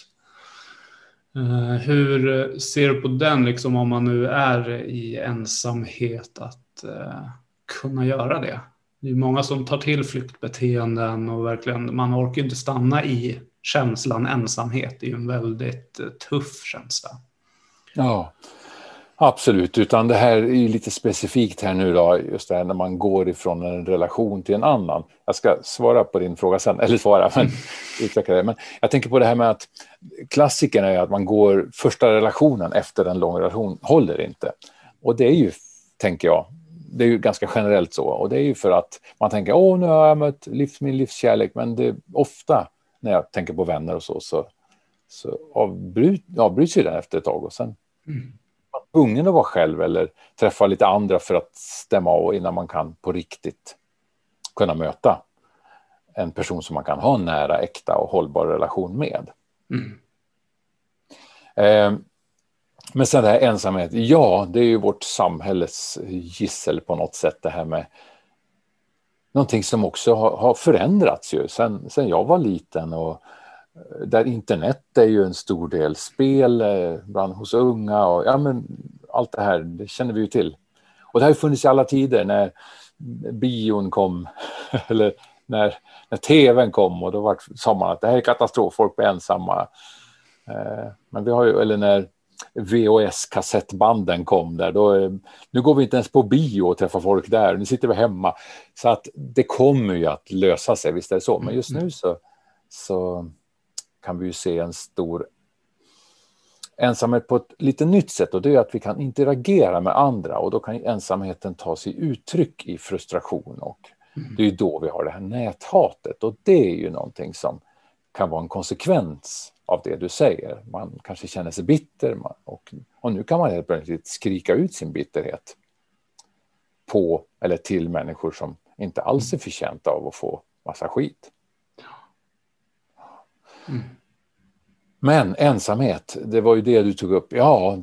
Speaker 1: Hur ser du på den, liksom, om man nu är i ensamhet, att kunna göra det? Det är många som tar till flyktbeteenden och verkligen, man orkar inte stanna i känslan ensamhet. Det är ju en väldigt tuff känsla.
Speaker 2: Ja, absolut. Utan det här är ju lite specifikt här nu då, just det här när man går ifrån en relation till en annan. Jag ska svara på din fråga sen, men utveckla det. Men jag tänker på det här med att klassiken är att man går första relationen efter en lång relation håller inte. Och det är ju, tänker jag, det är ju ganska generellt så. Och det är ju för att man tänker, nu har jag mött min livskärlek, men det är ofta när jag tänker på vänner och så avbryts ju den efter ett tag, och sen ungen att vara själv eller träffa lite andra för att stämma av innan man kan på riktigt kunna möta en person som man kan ha en nära, äkta och hållbar relation med. Men sen det här ensamhet, det är ju vårt samhälles gissel på något sätt, det här med någonting som också har förändrats ju sen jag var liten, och där internet är ju en stor del, spel bland hos unga och allt det här, det känner vi ju till. Och det har ju funnits i alla tider, när bion kom eller när tvn kom, och då sa man att det här är katastrof, folk blir ensamma. Men vi har ju, eller när VHS-kassettbanden kom där, nu går vi inte ens på bio och träffar folk där, nu sitter vi hemma. Så att det kommer ju att lösa sig, visst är det så. Men just nu så kan vi ju se en stor ensamhet på ett lite nytt sätt, och det är att vi kan interagera med andra, och då kan ju ensamheten ta sig uttryck i frustration, och det är ju då vi har det här näthatet, och det är ju någonting som kan vara en konsekvens av det du säger. Man kanske känner sig bitter, och nu kan man helt plötsligt skrika ut sin bitterhet på eller till människor som inte alls är förtjänta av att få massa skit. Men ensamhet, det var ju det du tog upp. Ja,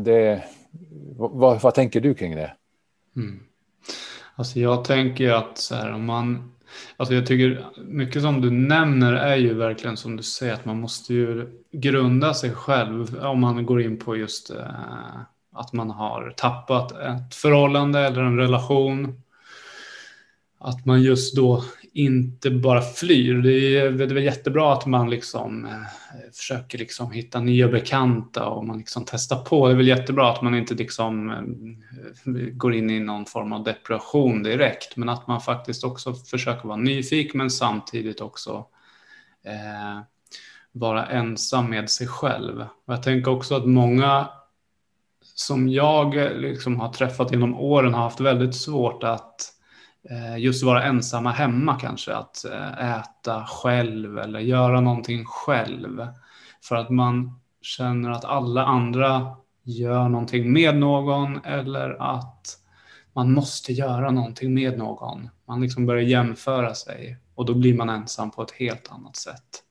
Speaker 2: vad tänker du kring det?
Speaker 1: Alltså jag tänker att så här, jag tycker mycket som du nämner är ju verkligen som du säger, att man måste ju grunda sig själv om man går in på just att man har tappat ett förhållande eller en relation. Att man just då inte bara flyr. Det är väl jättebra att man liksom försöker liksom hitta nya bekanta, och man liksom testar på. Det är väl jättebra att man inte liksom går in i någon form av depression direkt, men att man faktiskt också försöker vara nyfiken, men samtidigt också vara ensam med sig själv. Och jag tänker också att många som jag liksom har träffat genom åren har haft väldigt svårt att just vara ensamma hemma kanske. Att äta själv eller göra någonting själv. För att man känner att alla andra gör någonting med någon eller att man måste göra någonting med någon. Man liksom börjar jämföra sig och då blir man ensam på ett helt annat sätt.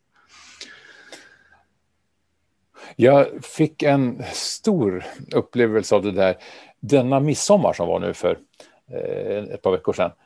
Speaker 2: Jag fick en stor upplevelse av det där denna midsommar som var nu för ett par veckor sedan.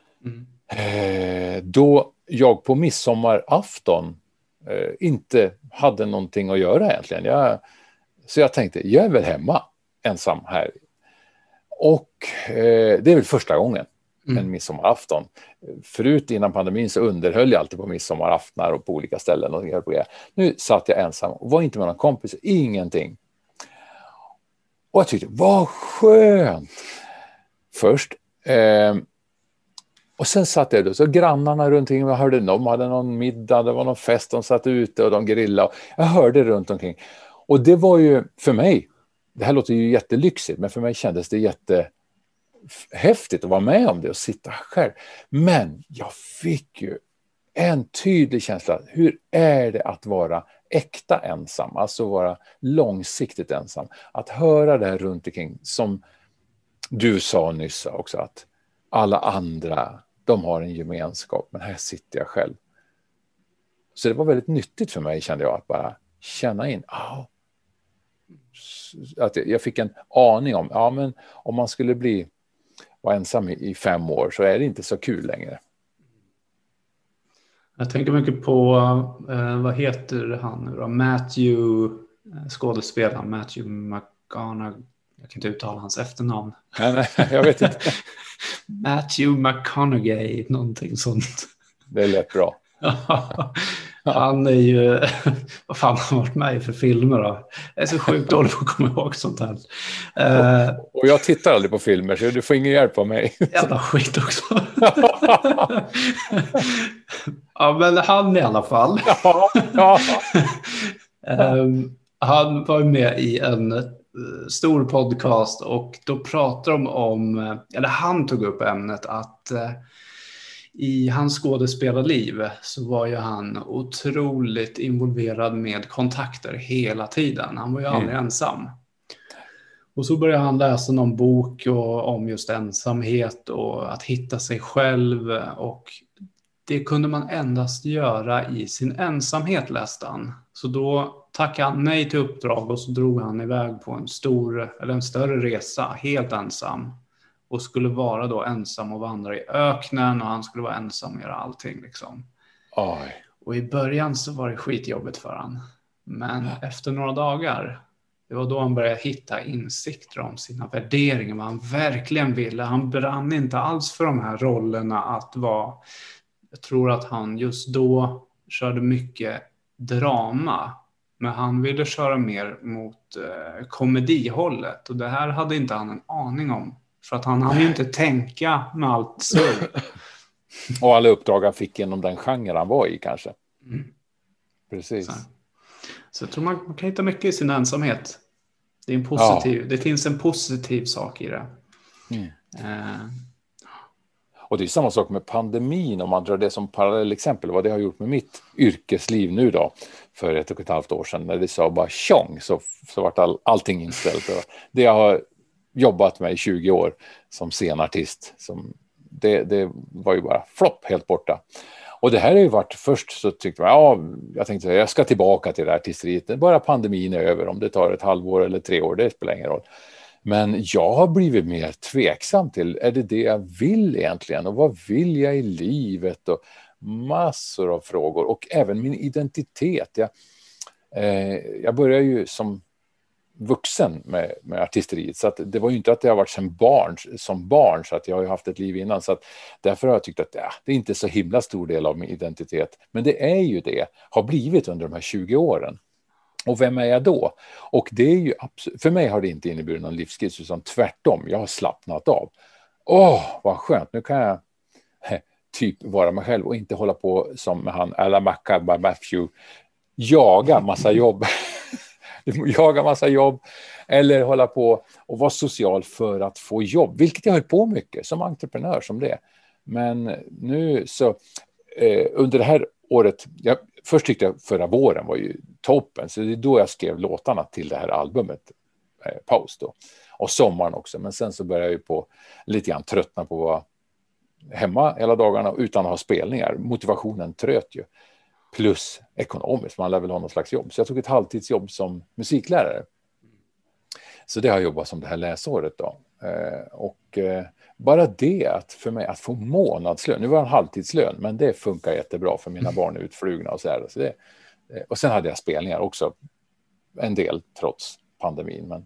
Speaker 2: Då jag på midsommarafton inte hade någonting att göra egentligen. Så jag tänkte, jag är väl hemma ensam här. Och det är väl första gången en midsommarafton. Förut innan pandemin så underhöll jag alltid på midsommaraftnar och på olika ställen. Och nu satt jag ensam och var inte med någon kompis, ingenting. Och jag tyckte, vad skönt! Först. Och sen satt jag då, så grannarna runt omkring, jag hörde de hade någon middag, det var någon fest, de satt ute och de grillade. Jag hörde runt omkring. Och det var ju för mig, det här låter ju jättelyxigt, men för mig kändes det jättehäftigt att vara med om det och sitta själv. Men jag fick ju en tydlig känsla, hur är det att vara äkta ensam, alltså vara långsiktigt ensam. Att höra det här runt omkring, som du sa nyss också, att alla andra, de har en gemenskap, men här sitter jag själv. Så det var väldigt nyttigt för mig, kände jag, att bara känna in, att jag fick en aning om, men om man skulle vara ensam i 5 år så är det inte så kul längre.
Speaker 1: Jag tänker mycket på, vad heter han nu då? Skådespelaren Matthew McConaughey. Jag kan inte uttala hans efternamn.
Speaker 2: Nej, jag vet inte.
Speaker 1: Matthew McConaughey, någonting sånt.
Speaker 2: Det lät bra.
Speaker 1: Han är ju, vad fan har han varit med i för filmer då? Jag är så sjukt dålig på att komma ihåg sånt här.
Speaker 2: Och jag tittar aldrig på filmer, så du får ingen hjälp av mig.
Speaker 1: Jävla skit också. Ja, men han i alla fall.
Speaker 2: Ja.
Speaker 1: Han var med i en stor podcast och då pratar de om, eller han tog upp ämnet att i hans skådespelarliv så var ju han otroligt involverad med kontakter hela tiden. Han var ju aldrig ensam. Och så började han läsa någon bok om just ensamhet och att hitta sig själv. Och det kunde man endast göra i sin ensamhet, läste han. Så då tackade han nej till uppdrag och så drog han iväg på en större resa helt ensam. Och skulle vara då ensam och vandra i öknen och han skulle vara ensam och göra allting liksom.
Speaker 2: Oj.
Speaker 1: Och i början så var det skitjobbigt för han. Men efter några dagar, det var då han började hitta insikter om sina värderingar, vad han verkligen ville. Han brann inte alls för de här rollerna att vara, jag tror att han just då körde mycket drama. Men han ville köra mer mot komedihållet och det här hade inte han en aning om. För att han hade ju inte tänka med allt så.
Speaker 2: Och alla uppdrag han fick inom den genre han var i kanske. Precis.
Speaker 1: Så jag tror man kan hitta mycket i sin ensamhet. Det är en positiv, det finns en positiv sak i det.
Speaker 2: Och det är samma sak med pandemin, om man drar det som parallell exempel, vad det har gjort med mitt yrkesliv nu då, för 1,5 år sedan, när det sa bara tjong så vart allting inställt. Det jag har jobbat med i 20 år som scenartist, det var ju bara flopp, helt borta. Och det här har ju varit, först så tyckte man, jag tänkte jag ska tillbaka till det här artisteriet, bara pandemin är över, om det tar 1 halvår eller 3 år, det spelar ingen roll. Men jag har blivit mer tveksam till, är det jag vill egentligen? Och vad vill jag i livet? Och massor av frågor. Och även min identitet. Jag började ju som vuxen med artisteriet. Så att det var ju inte att jag har varit som barn. Så att jag har ju haft ett liv innan. Så att därför har jag tyckt att det är inte så himla stor del av min identitet. Men det är ju det. Har blivit under de här 20 åren. Och vem är jag då? Och det är ju för mig har det inte inneburit någon livskris, utan tvärtom, jag har slappnat av. Vad skönt, nu kan jag typ vara mig själv och inte hålla på som med han Matthew jaga massa jobb. Jaga massa jobb eller hålla på och vara social för att få jobb. Vilket jag höll på mycket som entreprenör som det. Men nu så under det här året, först tyckte jag förra våren var ju toppen. Så det är då jag skrev låtarna till det här albumet, Paus då. Och sommaren också. Men sen så började jag ju på lite grann tröttna på att vara hemma hela dagarna utan att ha spelningar. Motivationen tröt ju. Plus ekonomiskt, man lär väl ha någon slags jobb. Så jag tog ett halvtidsjobb som musiklärare. Så det har jag jobbat som det här läsåret då. Bara det att för mig att få månadslön. Nu var det en halvtidslön, men det funkar jättebra för mina barn är utflugna och så här. Så det, och sen hade jag spelningar också. En del trots pandemin. Men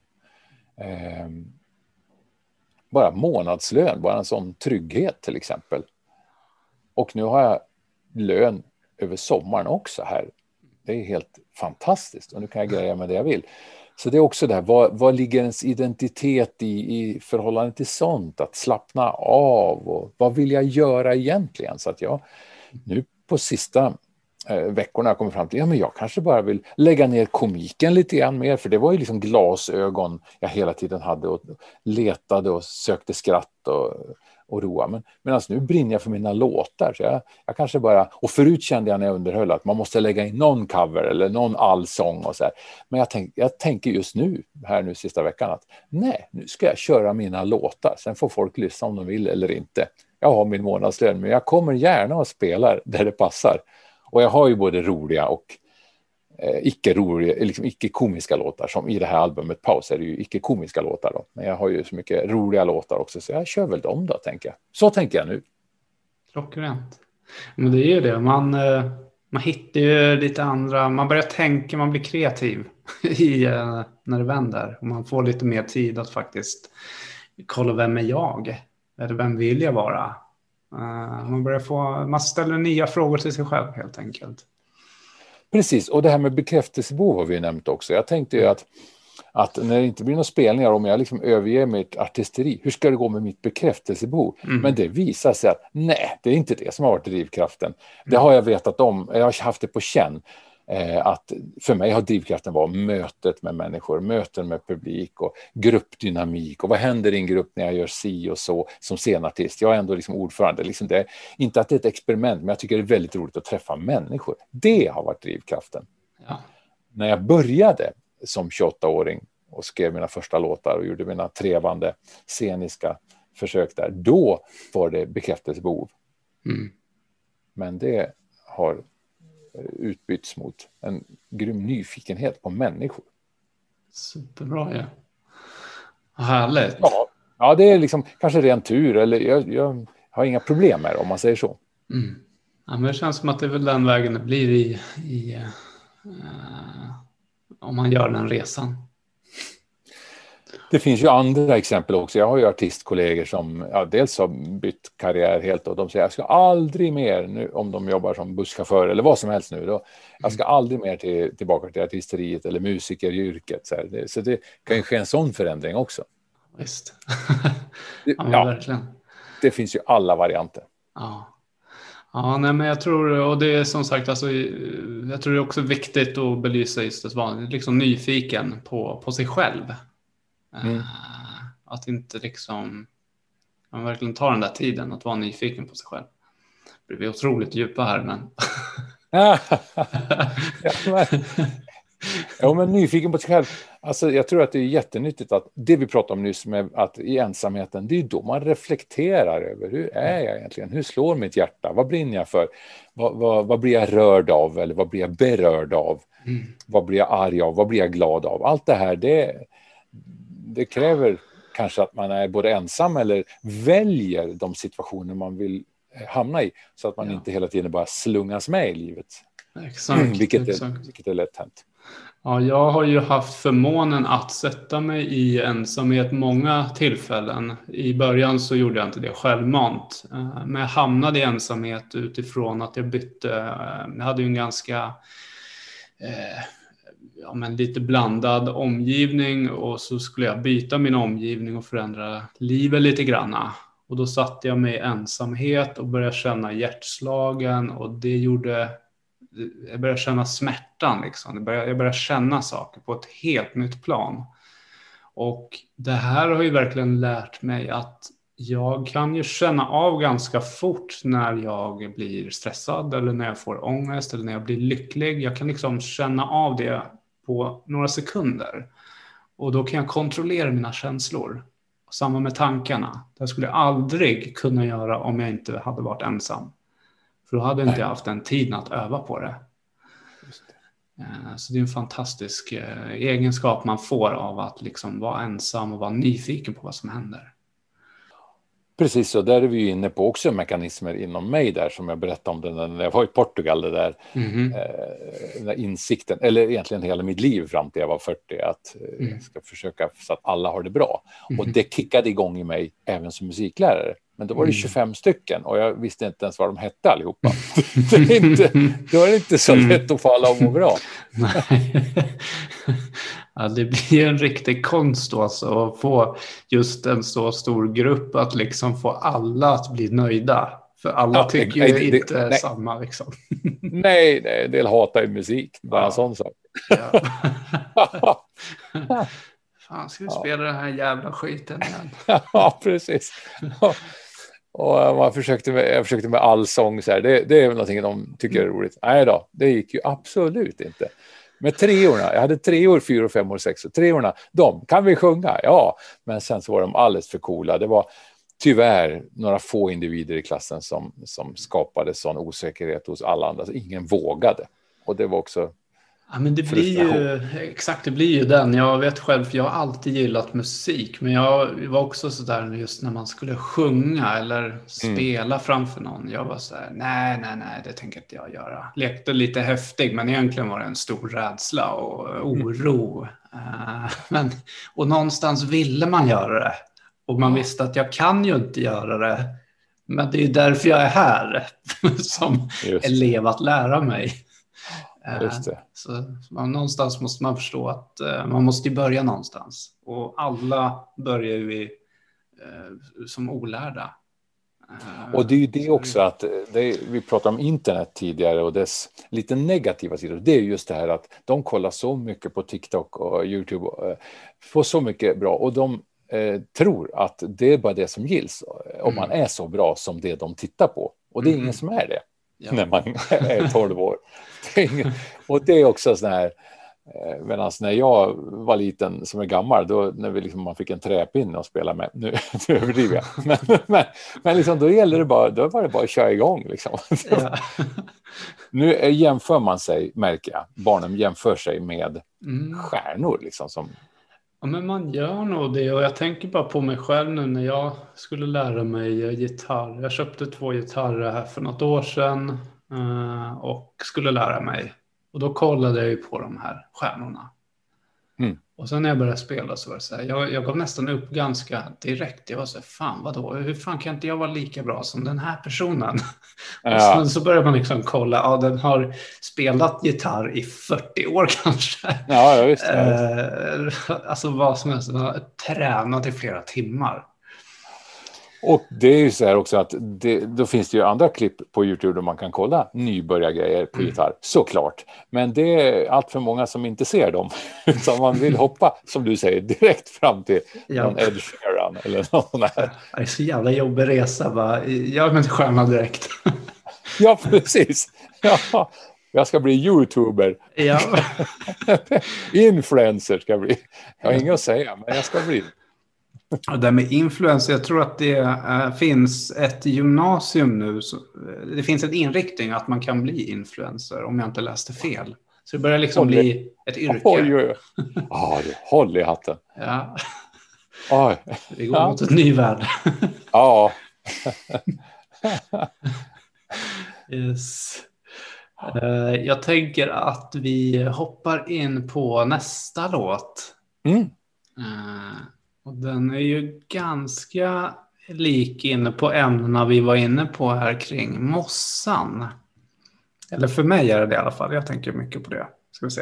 Speaker 2: bara månadslön, bara en sån trygghet till exempel. Och nu har jag lön över sommaren också här. Det är helt fantastiskt. Och nu kan jag greja med det jag vill. Så det är också det här, vad ligger ens identitet i förhållande till sånt? Att slappna av och vad vill jag göra egentligen? Så att jag nu på sista veckorna kommer fram till, men jag kanske bara vill lägga ner komiken lite grann mer. För det var ju liksom glasögon jag hela tiden hade och letade och sökte skratt och roa. Men alltså nu brinner jag för mina låtar. Så jag kanske bara, och förut kände jag när jag underhöll att man måste lägga in någon cover eller någon allsång och så här. Men jag tänker just nu, här nu sista veckan att nej, nu ska jag köra mina låtar. Sen får folk lyssna om de vill eller inte. Jag har min månadslön, men jag kommer gärna och spelar där det passar. Och jag har ju både roliga och icke-roliga, liksom icke-komiska låtar. Som i det här albumet Paus är det ju icke-komiska låtar då. Men jag har ju så mycket roliga låtar också. Så jag kör väl dem då, tänker jag. Så tänker jag nu.
Speaker 1: Klockrent. Men det är ju det. Man hittar ju lite andra. Man börjar tänka, man blir kreativ när det vänder. Och man får lite mer tid att faktiskt kolla vem är jag? Eller vem vill jag vara? Man ställer nya frågor till sig själv helt enkelt.
Speaker 2: Precis, och det här med bekräftelsebehov har vi nämnt också. Jag tänkte ju att när det inte blir några spelningar, om jag liksom överger mitt artisteri, hur ska det gå med mitt bekräftelsebehov? Men det visar sig att nej, det är inte det som har varit drivkraften. Det har jag vetat om, jag har haft det på känn. Att för mig har drivkraften varit mötet med människor, möten med publik och gruppdynamik och vad händer i en grupp när jag gör si och så som scenartist. Jag är ändå liksom ordförande. Liksom det, inte att det är ett experiment, men jag tycker det är väldigt roligt att träffa människor. Det har varit drivkraften. Ja. När jag började som 28-åring och skrev mina första låtar och gjorde mina trevande sceniska försök där, då var det bekräftelsebehov. Men det har utbyts mot en grym nyfikenhet på människor.
Speaker 1: Superbra, ja. Härligt.
Speaker 2: Ja, det är liksom kanske ren tur, eller jag har inga problem med det, om man säger så.
Speaker 1: Ja, men det känns som att det är väl den vägen det blir om man gör den resan.
Speaker 2: Det finns ju andra exempel också. Jag har ju artistkollegor som dels har bytt karriär helt och de säger jag ska aldrig mer, nu, om de jobbar som busschaufför eller vad som helst nu då, jag ska aldrig mer tillbaka till artisteriet eller musikeryrket. Så det kan ju ske en sån förändring också.
Speaker 1: Visst.
Speaker 2: Verkligen. Det finns ju alla varianter.
Speaker 1: Ja, nej, men jag tror, och det är som sagt, alltså, jag tror det är också viktigt att belysa just att vara liksom nyfiken på sig själv. Att inte liksom man verkligen tar den där tiden att vara nyfiken på sig själv. Det blir otroligt djupa här, men
Speaker 2: men nyfiken på sig själv. Alltså, jag tror att det är jättenyttigt att det vi pratade om nyss med att i ensamheten, det är då man reflekterar över hur är jag egentligen? Hur slår mitt hjärta? Vad brinner jag för? Vad blir jag rörd av? Eller vad blir jag berörd av? Vad blir jag arg av? Vad blir jag glad av? Allt det här, det kräver kanske att man är både ensam eller väljer de situationer man vill hamna i. Så att man inte hela tiden bara slungas med i livet.
Speaker 1: Exakt,
Speaker 2: vilket är lätt hänt.
Speaker 1: Ja, jag har ju haft förmånen att sätta mig i ensamhet många tillfällen. I början så gjorde jag inte det självmant. Men jag hamnade i ensamhet utifrån att jag bytte. Jag hade ju en ganska lite blandad omgivning. Och så skulle jag byta min omgivning och förändra livet lite granna. Och då satte jag mig i ensamhet och började känna hjärtslagen. Och det gjorde jag börjar känna smärtan liksom. Jag börjar känna saker på ett helt nytt plan. Och det här har ju verkligen lärt mig att jag kan ju känna av ganska fort när jag blir stressad eller när jag får ångest eller när jag blir lycklig. Jag kan liksom känna av det på några sekunder. Och då kan jag kontrollera mina känslor. Och samma med tankarna. Det skulle jag aldrig kunna göra om jag inte hade varit ensam. För då hade inte jag haft den tiden att öva på det.
Speaker 2: Just det.
Speaker 1: Så det är en fantastisk egenskap man får av att liksom vara ensam och vara nyfiken på vad som händer.
Speaker 2: Precis, och där är vi inne på också mekanismer inom mig där som jag berättade om det när jag var i Portugal, det där den där insikten, eller egentligen hela mitt liv fram till jag var 40, att jag ska försöka så att alla har det bra. Och det kickade igång i mig även som musiklärare. Men då var det 25 stycken och jag visste inte ens vad de hette allihopa. Då är det inte så lätt att få alla att må bra.
Speaker 1: Nej. Ja, det blir en riktig konst då, alltså, att få just en så stor grupp att liksom få alla att bli nöjda. För alla tycker ju inte samma liksom.
Speaker 2: Nej, en del hatar ju musik. Bara en sån sak.
Speaker 1: Ja. Fan, ska vi spela den här jävla skiten igen?
Speaker 2: Ja, precis. Och jag försökte med all sång så här. Det är någonting de tycker är roligt. Nej då, det gick ju absolut inte. Med 3-årna, jag hade 3 år, 4, 5 år, 6 år. 3-årna, de kan vi sjunga, ja. Men sen så var de alldeles för coola. Det var tyvärr några få individer i klassen som skapade sån osäkerhet hos alla andra. Så ingen vågade. Och det var också...
Speaker 1: Ja, men det blir ju, exakt, det blir ju den. Jag vet själv, för jag har alltid gillat musik. Men jag var också så där just när man skulle sjunga eller spela framför någon. Jag var så här, nej, det tänker inte jag göra. Lekte lite häftig, men egentligen var det en stor rädsla och oro. Och någonstans ville man göra det. Och man visste att jag kan ju inte göra det. Men det är därför jag är här som elev att lära mig.
Speaker 2: Just det.
Speaker 1: Så någonstans måste man förstå att man måste börja någonstans. Och alla börjar ju som olärda.
Speaker 2: Och det är ju det också att vi pratade om internet tidigare och dess lite negativa sidor. Det är just det här att de kollar så mycket på TikTok och YouTube och får så mycket bra. Och de tror att det är bara det som gills om man är så bra som det de tittar på. Och det är ingen som är det. Ja. När man är 12 år. Och det är också sån här, medan när jag var liten som är gammal, då när vi liksom, man fick en träpinne att spela med, nu överdriver jag. Men liksom, då gäller det bara, då var det bara att köra igång liksom. Ja. Nu jämför man sig, märker jag, barnen jämför sig med stjärnor liksom som...
Speaker 1: Ja, men man gör nog det, och jag tänker bara på mig själv nu när jag skulle lära mig gitarr. Jag köpte 2 gitarrer här för något år sedan och skulle lära mig. Och då kollade jag ju på de här stjärnorna. Och sen när jag började spela så var det så här, jag gav nästan upp ganska direkt. Jag var så här, fan vadå? Hur fan kan inte jag vara lika bra som den här personen? Ja. Och sen så börjar man liksom kolla, ja den har spelat gitarr i 40 år kanske.
Speaker 2: Ja, just det.
Speaker 1: Alltså vad som helst, den har tränat i flera timmar.
Speaker 2: Och det är ju så här också att då finns det ju andra klipp på YouTube där man kan kolla nybörjargrejer på gitarr, såklart. Men det är allt för många som inte ser dem. Utan man vill hoppa, som du säger, direkt fram till någon Ed Sheeran eller någon sån här.
Speaker 1: Det är så jävla jobbig resa, bara. Jag vill inte stjärna direkt.
Speaker 2: Ja, precis. Ja, jag ska bli YouTuber.
Speaker 1: Ja.
Speaker 2: Influencer ska bli. Jag har inget att säga, men jag ska bli.
Speaker 1: Det där med influencer, jag tror att det finns ett gymnasium nu. Det finns en inriktning att man kan bli influencer, om jag inte läste fel. Så det börjar liksom bli ett yrke.
Speaker 2: Oj. Ja, håll i hatten.
Speaker 1: Ja.
Speaker 2: Oj.
Speaker 1: Vi går mot ett ny värld.
Speaker 2: Ja.
Speaker 1: Yes. Jag tänker att vi hoppar in på nästa låt. Och den är ju ganska lik inne på ämnena vi var inne på här kring mossan. Eller för mig är det i alla fall. Jag tänker mycket på det. Ska vi se.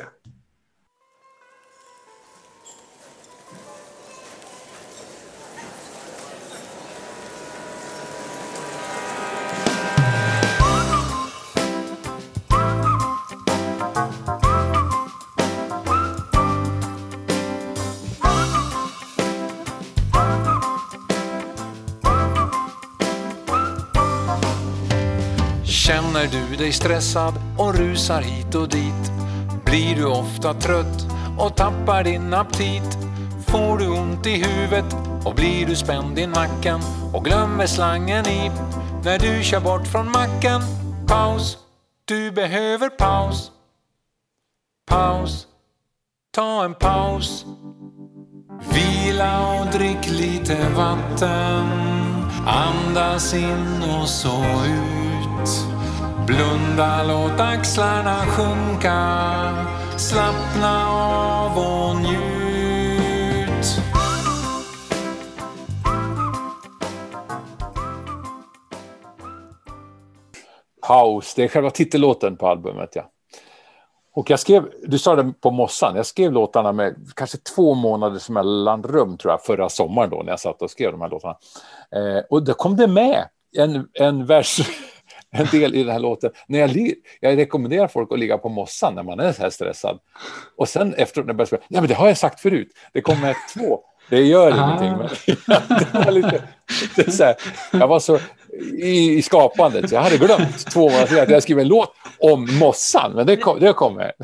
Speaker 3: Känner du dig stressad och rusar hit och dit? Blir du ofta trött och tappar din aptit? Får du ont i huvudet och blir du spänd i nacken och glömmer slangen i när du kör bort från macken? Paus, du behöver paus. Paus, ta en paus. Vila och drick lite vatten. Andas in och så ut. Blunda, låt axlarna sjunka. Slappna av och njut.
Speaker 2: Paus, det är själva titellåten på albumet, ja. Och du sa det på Mossan, jag skrev låtarna med kanske 2 månaders mellanrum tror jag, förra sommaren då när jag satt och skrev de här låtarna. Och då kom det med en vers, en del i den här låten. När jag rekommenderar folk att ligga på Mossan när man är så här stressad. Och sen efteråt när jag började spela, ja men det har jag sagt förut, det kom med 2. Det gör ingenting. Men det var lite så här, jag var så i skapandet. Så jag hade glömt 2 månader sedan att jag skrev en låt om Mossan. Men det kom med.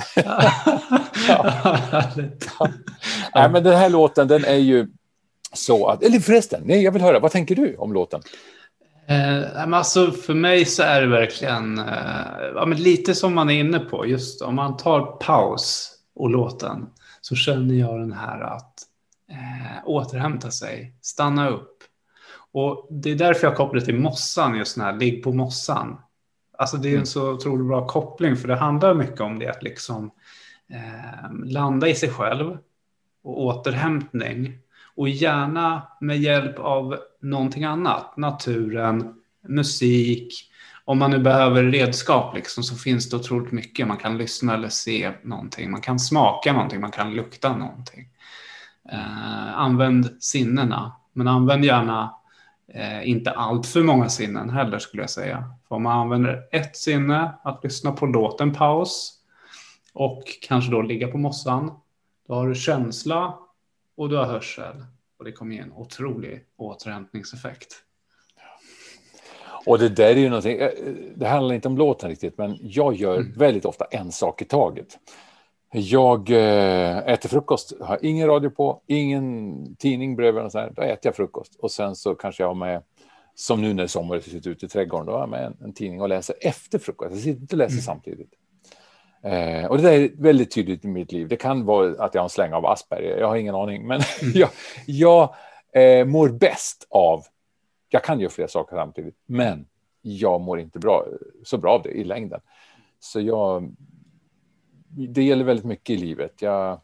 Speaker 2: Nej, men den här låten, den är ju så att... Eller förresten, nej, jag vill höra. Vad tänker du om låten?
Speaker 1: Alltså för mig så är det verkligen men lite som man är inne på. Just om man tar paus och låten så känner jag den här att återhämta sig, stanna upp. Och det är därför jag kopplar till Mossan, just den här ligg på Mossan. Alltså det är en så otroligt bra koppling, för det handlar mycket om det, att liksom landa i sig själv och återhämtning, och gärna med hjälp av någonting annat, naturen, musik. Om man nu behöver redskap liksom, så finns det otroligt mycket. Man kan lyssna eller se någonting, man kan smaka någonting, man kan lukta någonting. Använd sinnena, men använd gärna inte allt för många sinnen heller, skulle jag säga. För om man använder ett sinne, att lyssna på låten paus och kanske då ligga på Mossan, då har du känsla och du har hörsel, och det kommer ge en otrolig återhämtningseffekt.
Speaker 2: Och det där är ju någonting, det handlar inte om låten riktigt, men jag gör väldigt ofta en sak i taget. Jag äter frukost, har ingen radio på, ingen tidning bredvid och så här. Då äter jag frukost. Och sen så kanske jag har med, som nu när sommaren sitter ute i trädgården, då har jag med en tidning och läser efter frukost. Jag sitter inte och läser samtidigt. Och det där är väldigt tydligt i mitt liv. Det kan vara att jag har en släng av Asperger, jag har ingen aning. Men jag mår bäst av, jag kan göra flera saker samtidigt, men jag mår inte så bra av det i längden. Så det gäller väldigt mycket i livet.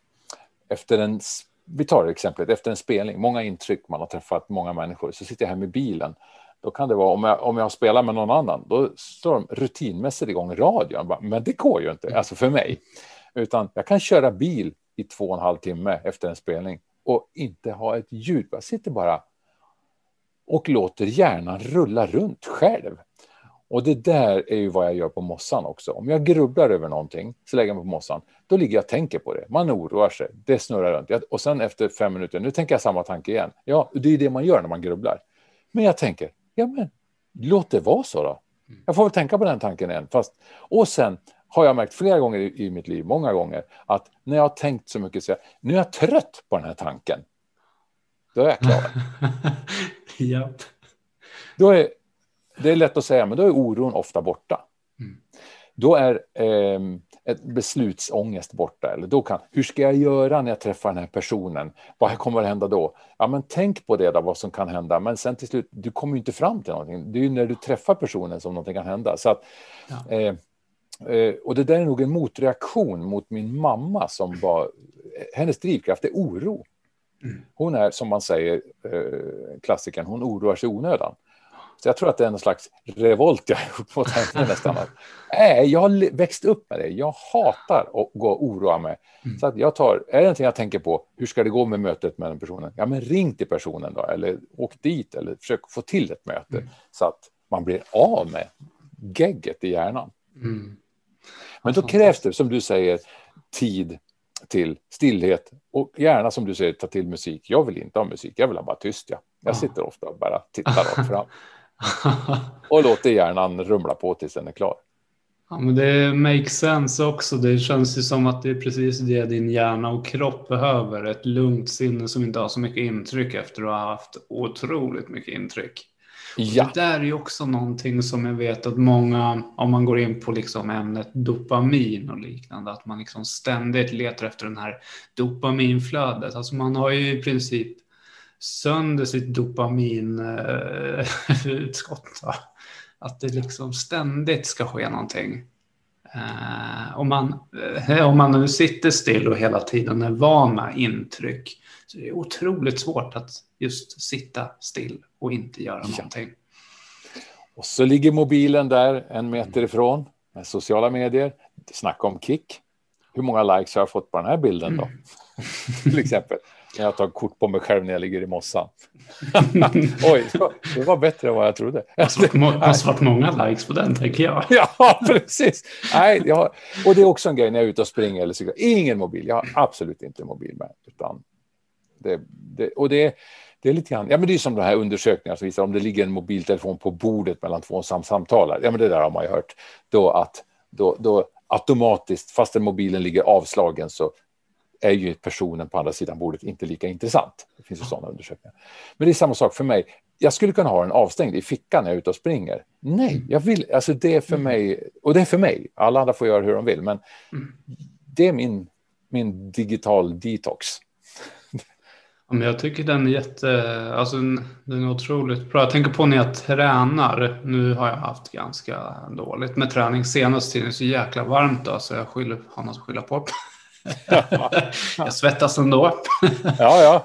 Speaker 2: Vi tar exemplet, efter en spelning, många intryck, man har träffat många människor, så sitter jag här med bilen. Då kan det vara, om jag spelar med någon annan, då står de rutinmässigt igång radion. Men det går ju inte, alltså för mig. Utan jag kan köra bil i 2,5 timme efter en spelning och inte ha ett ljud. Jag sitter bara och låter hjärnan rulla runt själv. Och det där är ju vad jag gör på Mossan också. Om jag grubblar över någonting, så lägger jag mig på Mossan. Då ligger jag och tänker på det. Man oroar sig. Det snurrar runt. Och sen efter 5 minuter, nu tänker jag samma tanke igen. Ja, det är det man gör när man grubblar. Men jag tänker, ja men låt det vara så då. Jag får väl tänka på den tanken igen. Och sen har jag märkt flera gånger i mitt liv, många gånger, att när jag har tänkt så mycket, så nu är jag trött på den här tanken. Då är jag klar.
Speaker 1: Ja.
Speaker 2: Det är lätt att säga, men då är oron ofta borta. Då är ett beslutsångest borta. Eller hur ska jag göra när jag träffar den här personen? Vad kommer att hända då? Ja, men tänk på det då, vad som kan hända. Men sen till slut, du kommer ju inte fram till någonting. Det är ju när du träffar personen som någonting kan hända. Så att, och det där är nog en motreaktion mot min mamma, som var, hennes drivkraft är oro. Hon är, som man säger, klassikern, hon oroar sig onödan. Så jag tror att det är en slags revolt jag har gjort mot henne nästan. Jag har växt upp med det. Jag hatar att gå och oroa mig. Så att är det någonting jag tänker på, hur ska det gå med mötet med den personen? Ja, men ring till personen då, eller åk dit, eller försök få till ett möte. Så att man blir av med gegget i hjärnan. Men då krävs det, som du säger, tid till stillhet. Och gärna, som du säger, ta till musik. Jag vill inte ha musik, jag vill ha bara tyst. Jag sitter ofta och bara tittar rakt fram. och låter hjärnan rumla på tills den är klar.
Speaker 1: Ja, men det makes sense också. Det känns ju som att det är precis det din hjärna och kropp behöver. Ett lugnt sinne som inte har så mycket intryck efter att ha haft otroligt mycket intryck.
Speaker 2: Ja.
Speaker 1: Det där är ju också någonting som jag vet att många, om man går in på liksom ämnet dopamin och liknande, att man liksom ständigt letar efter den här dopaminflödet. Alltså man har ju i princip sönder sitt dopaminutskott. Att det liksom ständigt ska ske någonting. Om man nu sitter still och hela tiden är van med intryck, så det är otroligt svårt att just sitta still och inte göra någonting.
Speaker 2: Och så ligger mobilen där 1 meter ifrån med sociala medier. Snacka om kick. Hur många likes har jag fått på den här bilden då? Till exempel. Jag tar kort på mig själv när jag ligger i mossan. Oj, det var bättre än vad jag trodde.
Speaker 1: Det har varit många likes på den, tänker jag.
Speaker 2: Ja, precis. Nej, och det är också en grej när jag är ute och springer eller cyklar. Ingen mobil. Jag har absolut inte mobil med. Utan det är lite grann, ja men det är som de här undersökningarna som visar om det ligger en mobiltelefon på bordet mellan 2 samtalare. Ja men det där har man ju hört. Då automatiskt, fast mobilen ligger avslagen, så är ju personen på andra sidan bordet inte lika intressant. Det finns ju sådana undersökningar. Men det är samma sak för mig. Jag skulle kunna ha den avstängd i fickan när jag är ute och springer. Nej, jag vill, alltså det är för mig, och det är för mig. Alla andra får göra hur de vill, men det är min digital detox.
Speaker 1: Men jag tycker den är den är otroligt bra. Jag tänker på när jag tränar. Nu har jag haft ganska dåligt med träning. Senast tiden är så jäkla varmt då, så jag har något att skylla på. Jag svettas ändå.
Speaker 2: Ja.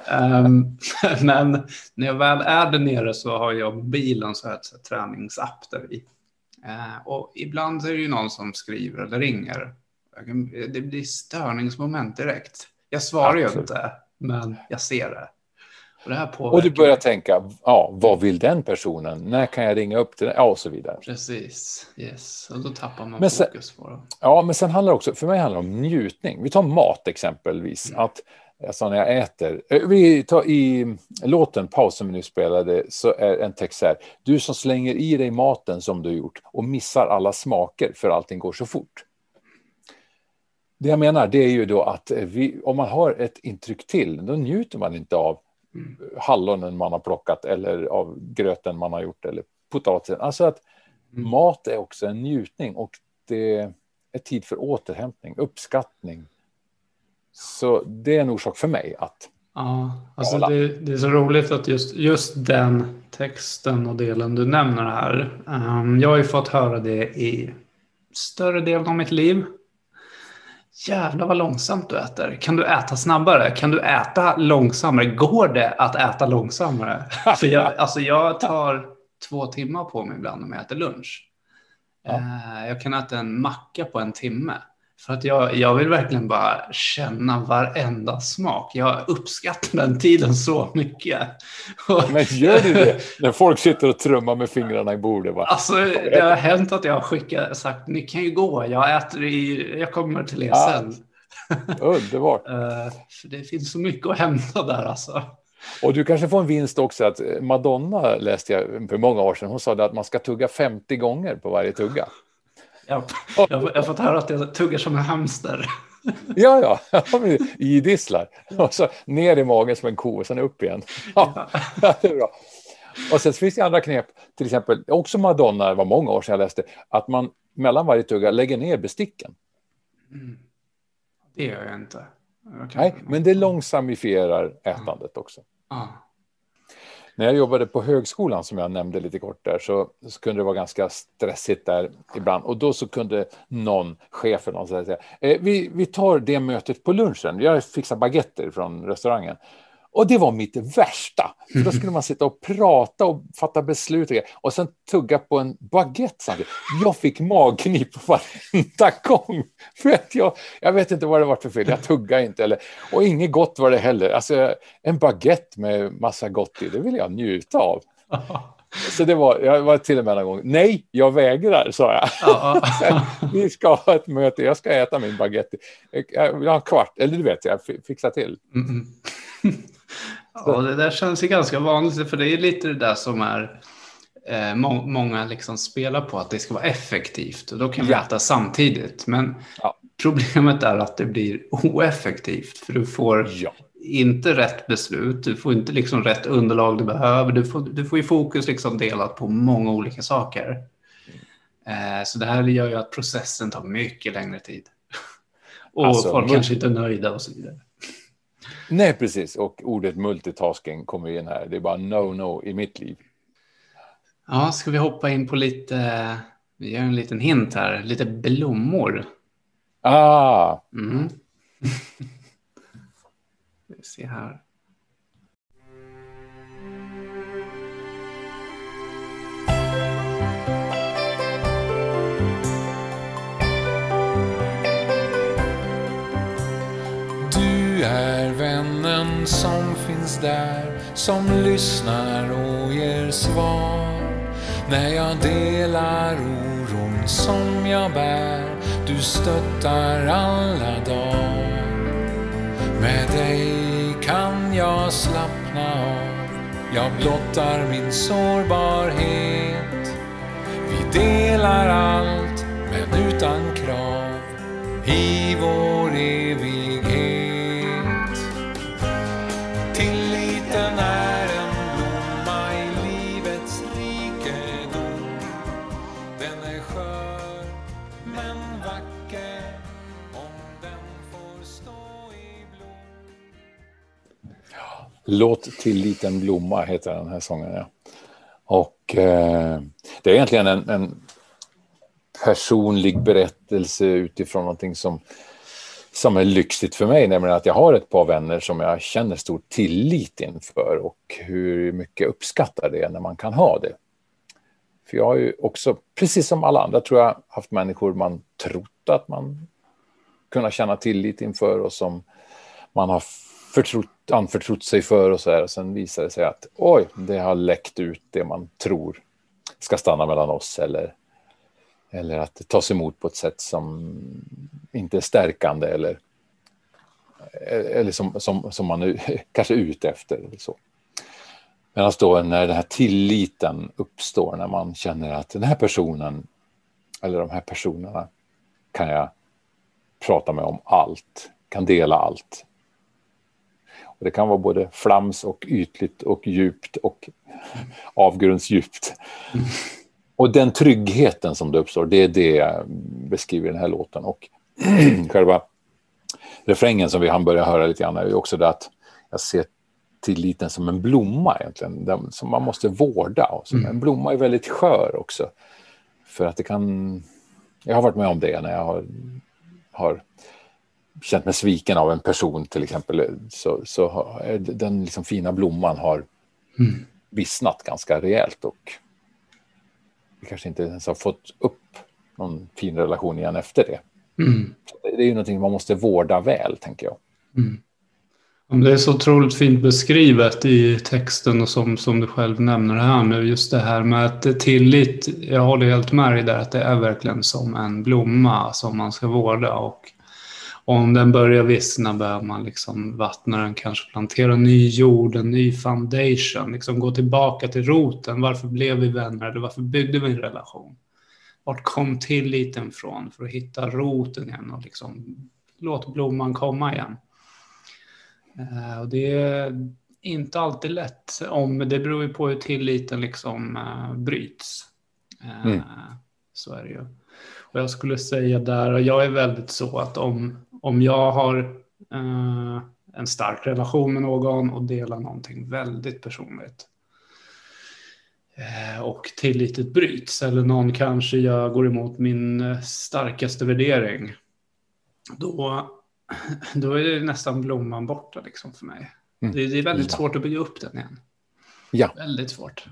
Speaker 1: Men när jag väl är där nere så har jag mobilen, så här ett träningsapp där i. Och ibland är det ju någon som skriver eller ringer. Det blir störningsmoment direkt. Jag svarar ju inte, men jag ser det. Och
Speaker 2: du börjar tänka, vad vill den personen? När kan jag ringa upp till den? Ja, och så vidare.
Speaker 1: Precis, yes. Och då tappar man fokus på det.
Speaker 2: Ja, men sen handlar det också, för mig handlar det om njutning. Vi tar mat exempelvis. Alltså när jag äter. Vi tar i låten Paus som vi nu spelade, så är en text här. Du som slänger i dig maten som du har gjort och missar alla smaker för allting går så fort. Det jag menar, det är ju då att om man har ett intryck till, då njuter man inte av hallonen man har plockat eller av gröten man har gjort eller potatisen. Alltså att mat är också en njutning, och det är tid för återhämtning, uppskattning. Så det är en orsak för mig att...
Speaker 1: Ja, alltså det är så roligt att just den texten och delen du nämner här. Jag har ju fått höra det i större delen av mitt liv. Jävlar vad långsamt du äter. Kan du äta snabbare? Kan du äta långsammare? Går det att äta långsammare? För jag tar 2 timmar på mig ibland om jag äter lunch. Ja. Jag kan äta en macka på 1 timme. För att jag vill verkligen bara känna varenda smak. Jag uppskattar den tiden så mycket.
Speaker 2: Men gör du det när folk sitter och trummar med fingrarna i bordet? Va?
Speaker 1: Alltså det har hänt att jag har sagt, ni kan ju gå, jag kommer till er sen.
Speaker 2: Underbart.
Speaker 1: För det finns så mycket att hämta där alltså.
Speaker 2: Och du kanske får en vinst också, att Madonna läste jag för många år sedan. Hon sa att man ska tugga 50 gånger på varje tugga.
Speaker 1: Jag har fått höra att jag tuggar som en hamster.
Speaker 2: Ja, idisslar. Och så ner i magen som en ko och sen upp igen. Ja, det är bra. Och sen finns det andra knep. Till exempel, också Madonna, det var många år sedan jag läste, att man mellan varje tugga lägger ner besticken.
Speaker 1: Det gör jag inte.
Speaker 2: Nej, men det långsamifierar ätandet också. När jag jobbade på högskolan, som jag nämnde lite kort där, så kunde det vara ganska stressigt där ibland. Och då så kunde chefen säga, vi tar det mötet på lunchen. Jag fixar baguetter från restaurangen. Och det var mitt värsta. För då skulle man sitta och prata och fatta beslut. Och sen tugga på en baguette samtidigt. Jag fick magknip varenda gång. För att jag vet inte vad det var för fel. Jag tuggade inte. Och inget gott var det heller. Alltså en baguette med massa gott i, det vill jag njuta av. Så jag var till och med en gång, nej, jag vägrar, sa jag. Vi ska ha ett möte, jag ska äta min baguette. Jag vill ha en kvart, eller du vet, jag fixar till.
Speaker 1: Ja, det där känns ju ganska vanligt, för det är lite det där som är många liksom spelar på att det ska vara effektivt och då kan vi äta samtidigt. Men problemet är att det blir oeffektivt för du får inte rätt beslut. Du får inte liksom rätt underlag du behöver. Du får ju fokus liksom delat på många olika saker. Så det här gör ju att processen tar mycket längre tid. Och alltså, folk kanske inte är nöjda och så vidare.
Speaker 2: Nej, precis. Och ordet multitasking kommer in här. Det är bara no i mitt liv.
Speaker 1: Ja, ska vi hoppa in på lite... Vi gör en liten hint här. Lite blommor. Vi ser här.
Speaker 3: Du är vännen som finns där, som lyssnar och ger svar. När jag delar oron som jag bär, du stöttar alla dagar. Med dig kan jag slappna av, jag blottar min sårbarhet. Vi delar allt, men utan krav, i vår evighet. Tilliten är en blomma i livets rikedom. Den är skör, men vacker, om den får stå i blom.
Speaker 2: Låt tilliten blomma heter den här sången, ja. Och det är egentligen en personlig berättelse utifrån någonting som är lyxigt för mig, nämligen att jag har ett par vänner som jag känner stor tillit inför och hur mycket uppskattar det när man kan ha det. För jag har ju också, precis som alla andra tror jag, haft människor man trott att man kunna känna tillit inför och som man har anförtrott sig för och så här. Och sen visar det sig att det har läckt ut det man tror ska stanna mellan oss eller att det tas emot på ett sätt som inte är stärkande eller som man är kanske ute efter. Eller så. Men då när den här tilliten uppstår, när man känner att den här personen eller de här personerna kan jag prata med om allt, kan dela allt. Och det kan vara både flams och ytligt och djupt och avgrundsdjupt. Och den tryggheten som det uppstår, det är det jag beskriver i den här låten. Och själva refrängen som vi hann börja höra lite grann är ju också det att jag ser tilliten som en blomma egentligen, som man måste vårda. Och så. En blomma är väldigt skör också. För att det kan... Jag har varit med om det när jag har känt mig sviken av en person till exempel. Så den liksom fina blomman har vissnat ganska rejält och vi kanske inte ens har fått upp någon fin relation igen efter det. Så det är ju någonting man måste vårda väl, tänker jag.
Speaker 1: Det är så otroligt fint beskrivet i texten och som du själv nämner här nu. Just det här med att tillit, jag håller helt med i det, att det är verkligen som en blomma som man ska vårda. Och om den börjar vissna behöver man liksom vattna den, kanske plantera ny jord, en ny foundation. Liksom gå tillbaka till roten. Varför blev vi vänner? Eller varför byggde vi en relation? Vart kom tilliten från? För att hitta roten igen och liksom låt blomman komma igen. Och det är inte alltid lätt. Det beror ju på hur tilliten liksom bryts. Så är det ju. Och jag skulle säga där, och jag är väldigt så att om jag har en stark relation med någon och delar någonting väldigt personligt och tilliten bryts, eller någon kanske går emot min starkaste värdering, då är det nästan blomman borta liksom för mig. Det är väldigt svårt att bygga upp den igen.
Speaker 2: Ja.
Speaker 1: Väldigt svårt.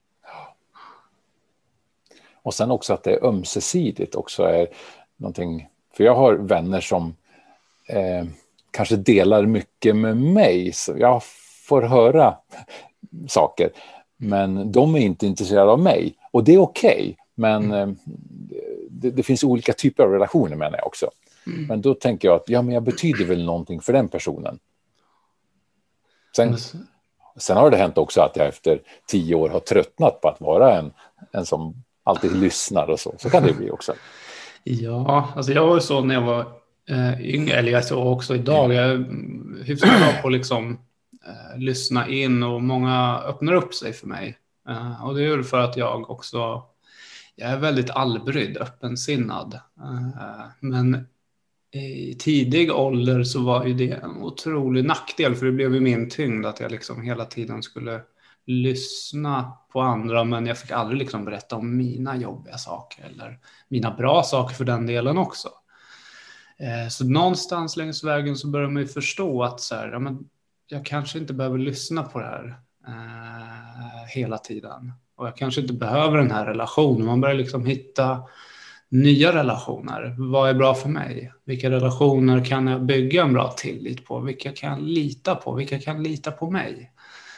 Speaker 2: Och sen också att det är ömsesidigt också är någonting. För jag har vänner som kanske delar mycket med mig. Så jag får höra saker. Men de är inte intresserade av mig. Och det är okej. Men det finns olika typer av relationer med mig också. Men då tänker jag att men jag betyder väl någonting för den personen. Sen Sen har det hänt också att jag efter 10 år har tröttnat på att vara en som alltid lyssnar och så. Så kan det bli också.
Speaker 1: Ja, alltså jag var ju så när jag var yngre, eller jag så också idag. Jag är hyfsat bra på att liksom lyssna in, och många öppnar upp sig för mig. Och det är ju för att jag är väldigt allbrydd, öppensinnad. Men i tidig ålder så var ju det en otrolig nackdel, för det blev ju min tyngd att jag liksom hela tiden skulle lyssna på andra, men jag fick aldrig liksom berätta om mina jobbiga saker eller mina bra saker för den delen också. Så någonstans längs vägen så börjar man ju förstå att så här, ja, men jag kanske inte behöver lyssna på det här hela tiden, och jag kanske inte behöver den här relationen. Man börjar liksom hitta nya relationer. Vad är bra för mig? Vilka relationer kan jag bygga en bra tillit på? Vilka kan jag lita på? Vilka kan lita på mig?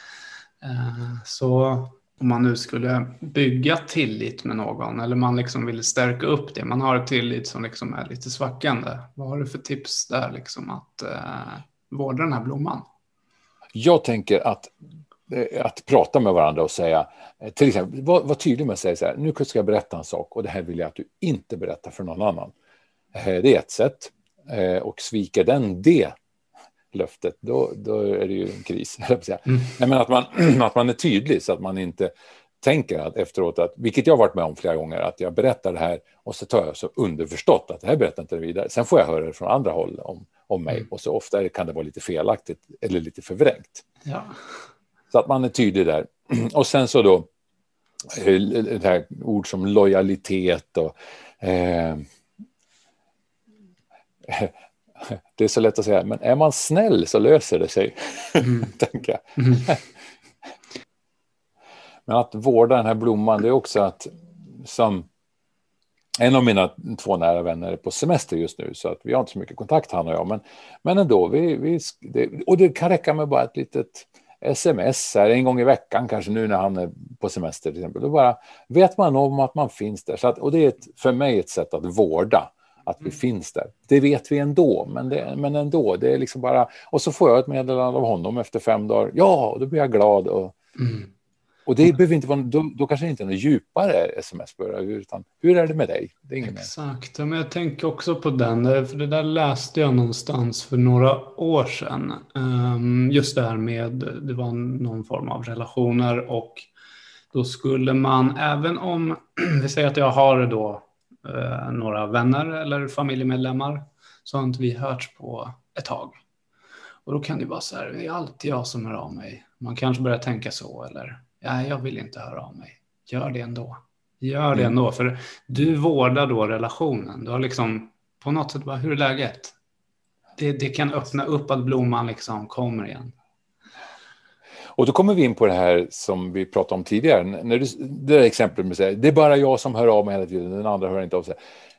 Speaker 1: Så om man nu skulle bygga tillit med någon, eller man liksom vill stärka upp det, man har ett tillit som liksom är lite svackande. Vad har du för tips där liksom att vårda den här blomman?
Speaker 2: Jag tänker att prata med varandra och säga, till exempel, var tydlig med att säga så här: nu ska jag berätta en sak och det här vill jag att du inte berättar för någon annan. Det är ett sätt. Och sviker det löftet, då är det ju en kris. Men att man är tydlig, så att man inte tänker att efteråt, vilket jag har varit med om flera gånger, att jag berättar det här och så tar jag så underförstått att det här berättar inte det vidare. Sen får jag höra det från andra håll om mig, och så ofta kan det vara lite felaktigt eller lite förvrängt.
Speaker 1: Ja.
Speaker 2: Så att man är tydlig där. Och sen så då det här ord som lojalitet och det är så lätt att säga, men är man snäll så löser det sig, tänker jag. Men att vårda den här blomman, det är också att, som en av mina 2 nära vänner är på semester just nu, så att vi har inte så mycket kontakt, han och jag, men ändå, och det kan räcka med bara ett litet sms här en gång i veckan, kanske nu när han är på semester till exempel. Då bara vet man om att man finns där. Så att, och det är för mig ett sätt att vårda att vi finns där. Det vet vi ändå, men ändå, det är liksom bara, och så får jag ett meddelande av honom efter 5 dagar. Ja, och då blir jag glad. Och det behöver inte vara, då kanske inte är något djupare sms bara, utan hur är det med dig? Det är ingen
Speaker 1: Exakt, men jag tänker också på den, för det där läste jag någonstans för några år sedan. Just det här med, det var någon form av relationer, och då skulle man, även om vi säger att jag har då några vänner eller familjemedlemmar, så har inte vi hörts på ett tag. Och då kan det vara så här, det är alltid jag som hör av mig. Man kanske börjar tänka så, eller ja, jag vill inte höra av mig. Gör det ändå. Gör det ändå, för du vårdar då relationen. Du har liksom på något sätt bara, hur är läget? Det kan öppna upp att blomman liksom kommer igen.
Speaker 2: Och då kommer vi in på det här som vi pratade om tidigare. När det där exemplet med att säga, det är bara jag som hör av mig hela tiden, den andra hör inte av sig.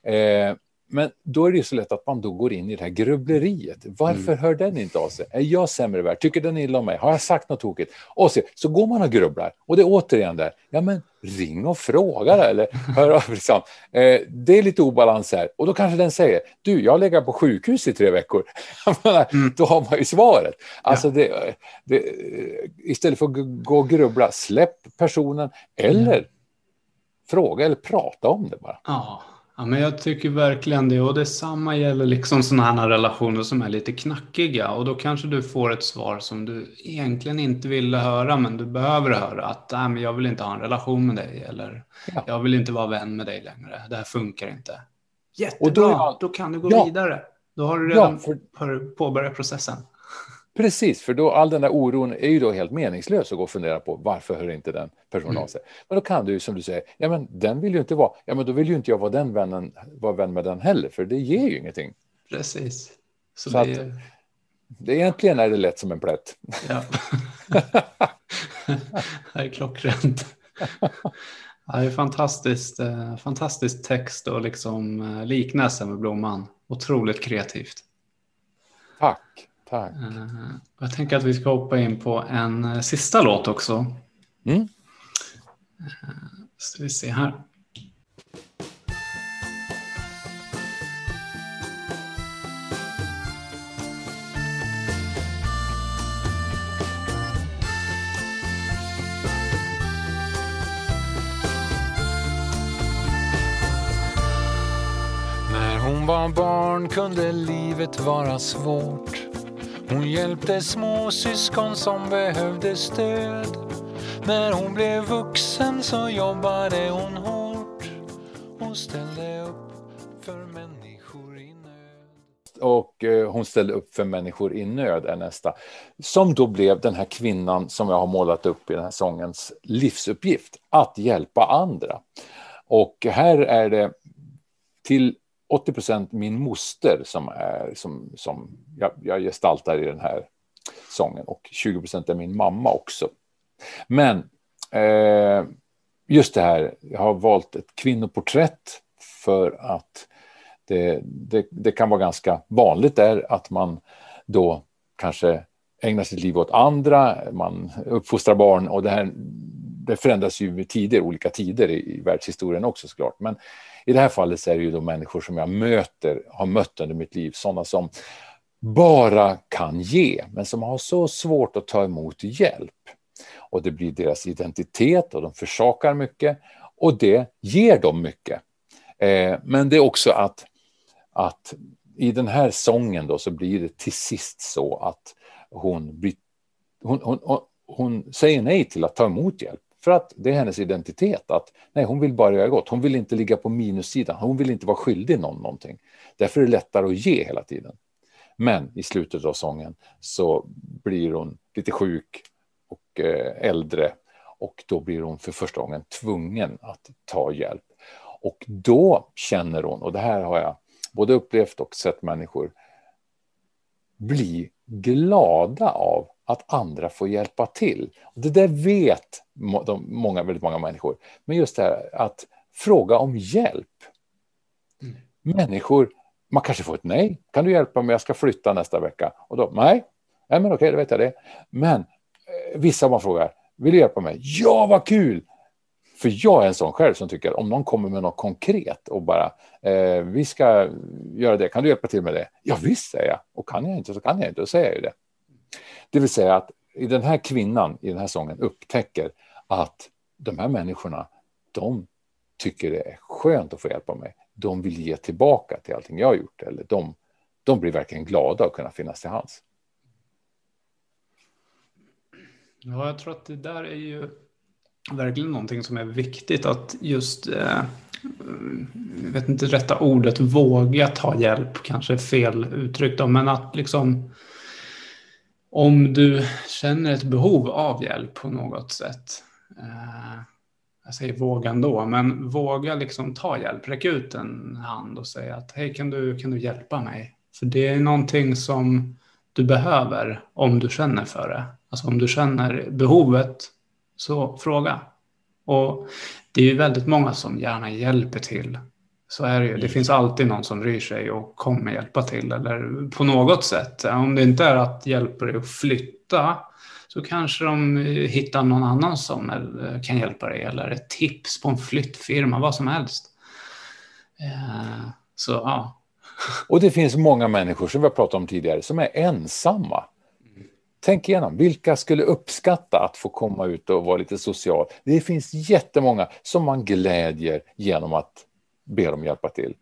Speaker 2: Men då är det ju så lätt att man då går in i det här grubbleriet. Varför hör den inte av sig? Är jag sämre värd? Tycker den illa om mig? Har jag sagt något tokigt? Och så går man och grubblar. Och det är återigen där. Ja, men ring och fråga det, eller hör av liksom. Det är lite obalans här. Och då kanske den säger, du, jag lägger på sjukhus i 3 veckor. Då har man ju svaret. Alltså istället för att gå och grubbla, släpp personen eller fråga eller prata om det bara.
Speaker 1: Ja, men jag tycker verkligen det, och detsamma gäller liksom sådana här relationer som är lite knackiga, och då kanske du får ett svar som du egentligen inte ville höra, men du behöver höra att nej, men jag vill inte ha en relation med dig, eller jag vill inte vara vän med dig längre, det här funkar inte. Jättebra, och då kan du gå vidare. Då har du redan påbörjat processen.
Speaker 2: Precis, för då all den där oron är ju då helt meningslös att gå och fundera på varför hör inte den personen av sig. Men då kan du ju, som du säger, ja men den vill ju inte vara, ja men då vill ju inte jag vara vän med den heller, för det ger ju ingenting.
Speaker 1: Precis.
Speaker 2: Så att, det egentligen är det lätt som en plätt.
Speaker 1: Ja. Det är klockrent. Det är fantastiskt text och liksom liknelse med blomman. Otroligt kreativt.
Speaker 2: Tack.
Speaker 1: Jag tänker att vi ska hoppa in på en sista låt också. Så vi ser här.
Speaker 3: hon var barn kunde livet vara svårt. Hon hjälpte små syskon som behövde stöd. När hon blev vuxen så jobbade hon hårt. Hon ställde upp för människor i nöd.
Speaker 2: Och hon ställde upp för människor i nöd är nästa. Som då blev den här kvinnan som jag har målat upp i den här sångens livsuppgift. Att hjälpa andra. Och här är det till 80% min moster som jag gestaltar i den här sången. Och 20% är min mamma också. Men just det här, jag har valt ett kvinnoporträtt för att det kan vara ganska vanligt där att man då kanske ägnar sitt liv åt andra, man uppfostrar barn och det förändras ju med olika tider i världshistorien också såklart. Men i det här fallet så är det ju då människor som jag har mött under mitt liv, sådana som bara kan ge, men som har så svårt att ta emot hjälp. Och det blir deras identitet och de försakar mycket och det ger dem mycket. Men det är också att i den här sången då så blir det till sist så att hon säger nej till att ta emot hjälp. För att det är hennes identitet att nej, hon vill bara göra gott. Hon vill inte ligga på minussidan. Hon vill inte vara skyldig någonting. Därför är det lättare att ge hela tiden. Men i slutet av sången så blir hon lite sjuk och äldre. Och då blir hon för första gången tvungen att ta hjälp. Och då känner hon, och det här har jag både upplevt och sett människor bli glada av att andra får hjälpa till. Och det där vet väldigt många människor. Men just det här att fråga om hjälp. Människor, man kanske får ett nej. Kan du hjälpa mig? Jag ska flytta nästa vecka. Och då, nej men okej, då vet jag det. Men vissa man frågar, vill du hjälpa mig? Ja, vad kul! För jag är en sån själv som tycker att om någon kommer med något konkret och bara vi ska göra det, kan du hjälpa till med det? Ja visst, säger jag. Och kan jag inte så kan jag inte, och säger jag ju det. Det vill säga att i den här kvinnan i den här sången upptäcker att de här människorna, de tycker det är skönt att få hjälpa mig. De vill ge tillbaka till allting jag har gjort. Eller de blir verkligen glada att kunna finnas till hands.
Speaker 1: Ja, jag tror att det där är ju verkligen någonting som är viktigt att just, jag vet inte rätta ordet, våga ta hjälp, kanske fel uttryckt då, men att liksom om du känner ett behov av hjälp på något sätt, jag säger våga ändå, men våga liksom ta hjälp, räcka ut en hand och säga att hej, kan du hjälpa mig? För det är någonting som du behöver om du känner för det. Alltså om du känner behovet, så fråga. Och det är ju väldigt många som gärna hjälper till. Så är det ju. Det finns alltid någon som bryr sig och kommer hjälpa till. Eller på något sätt. Om det inte är att hjälpa dig att flytta, så kanske de hittar någon annan som kan hjälpa dig. Eller ett tips på en flyttfirma, vad som helst. Så ja.
Speaker 2: Och det finns många människor som vi har pratat om tidigare som är ensamma. Tänk igenom, vilka skulle uppskatta att få komma ut och vara lite social? Det finns jättemånga som man glädjer genom att be dem hjälpa till.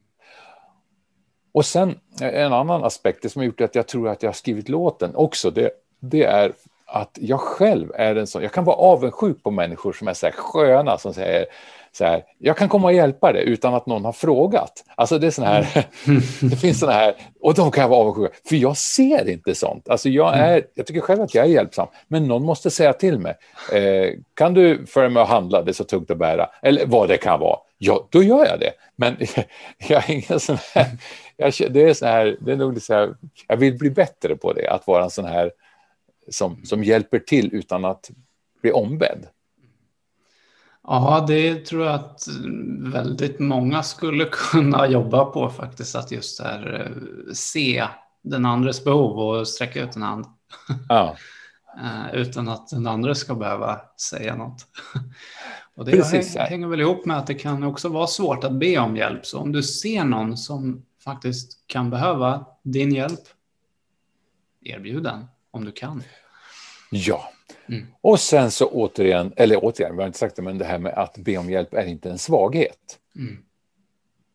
Speaker 2: Och sen en annan aspekt som har gjort att jag tror att jag har skrivit låten också, det är att jag själv är en sån, jag kan vara avundsjuk på människor som är så här sköna, som säger så här, jag kan komma och hjälpa dig utan att någon har frågat. Alltså det är sån här, det finns såna här, och de kan jag vara avundsjuk, för jag ser inte sånt. Alltså jag tycker själv att jag är hjälpsam, men någon måste säga till mig, kan du följa med och handla, det är så tungt att bära, eller vad det kan vara. Ja, då gör jag det. Men jag är ingen sån här, det är så här, det är nog så här, jag vill bli bättre på det, att vara en sån här som hjälper till utan att bli ombedd.
Speaker 1: Ja, det tror jag att väldigt många skulle kunna jobba på faktiskt, att just där se den andres behov och sträcka ut en hand. Ja. Utan att den andra ska behöva säga något. Och det hänger väl ihop med att det kan också vara svårt att be om hjälp. Så om du ser någon som faktiskt kan behöva din hjälp, erbjud den om du kan.
Speaker 2: Ja. Och sen så återigen, vi har inte sagt det, men det här med att be om hjälp är inte en svaghet.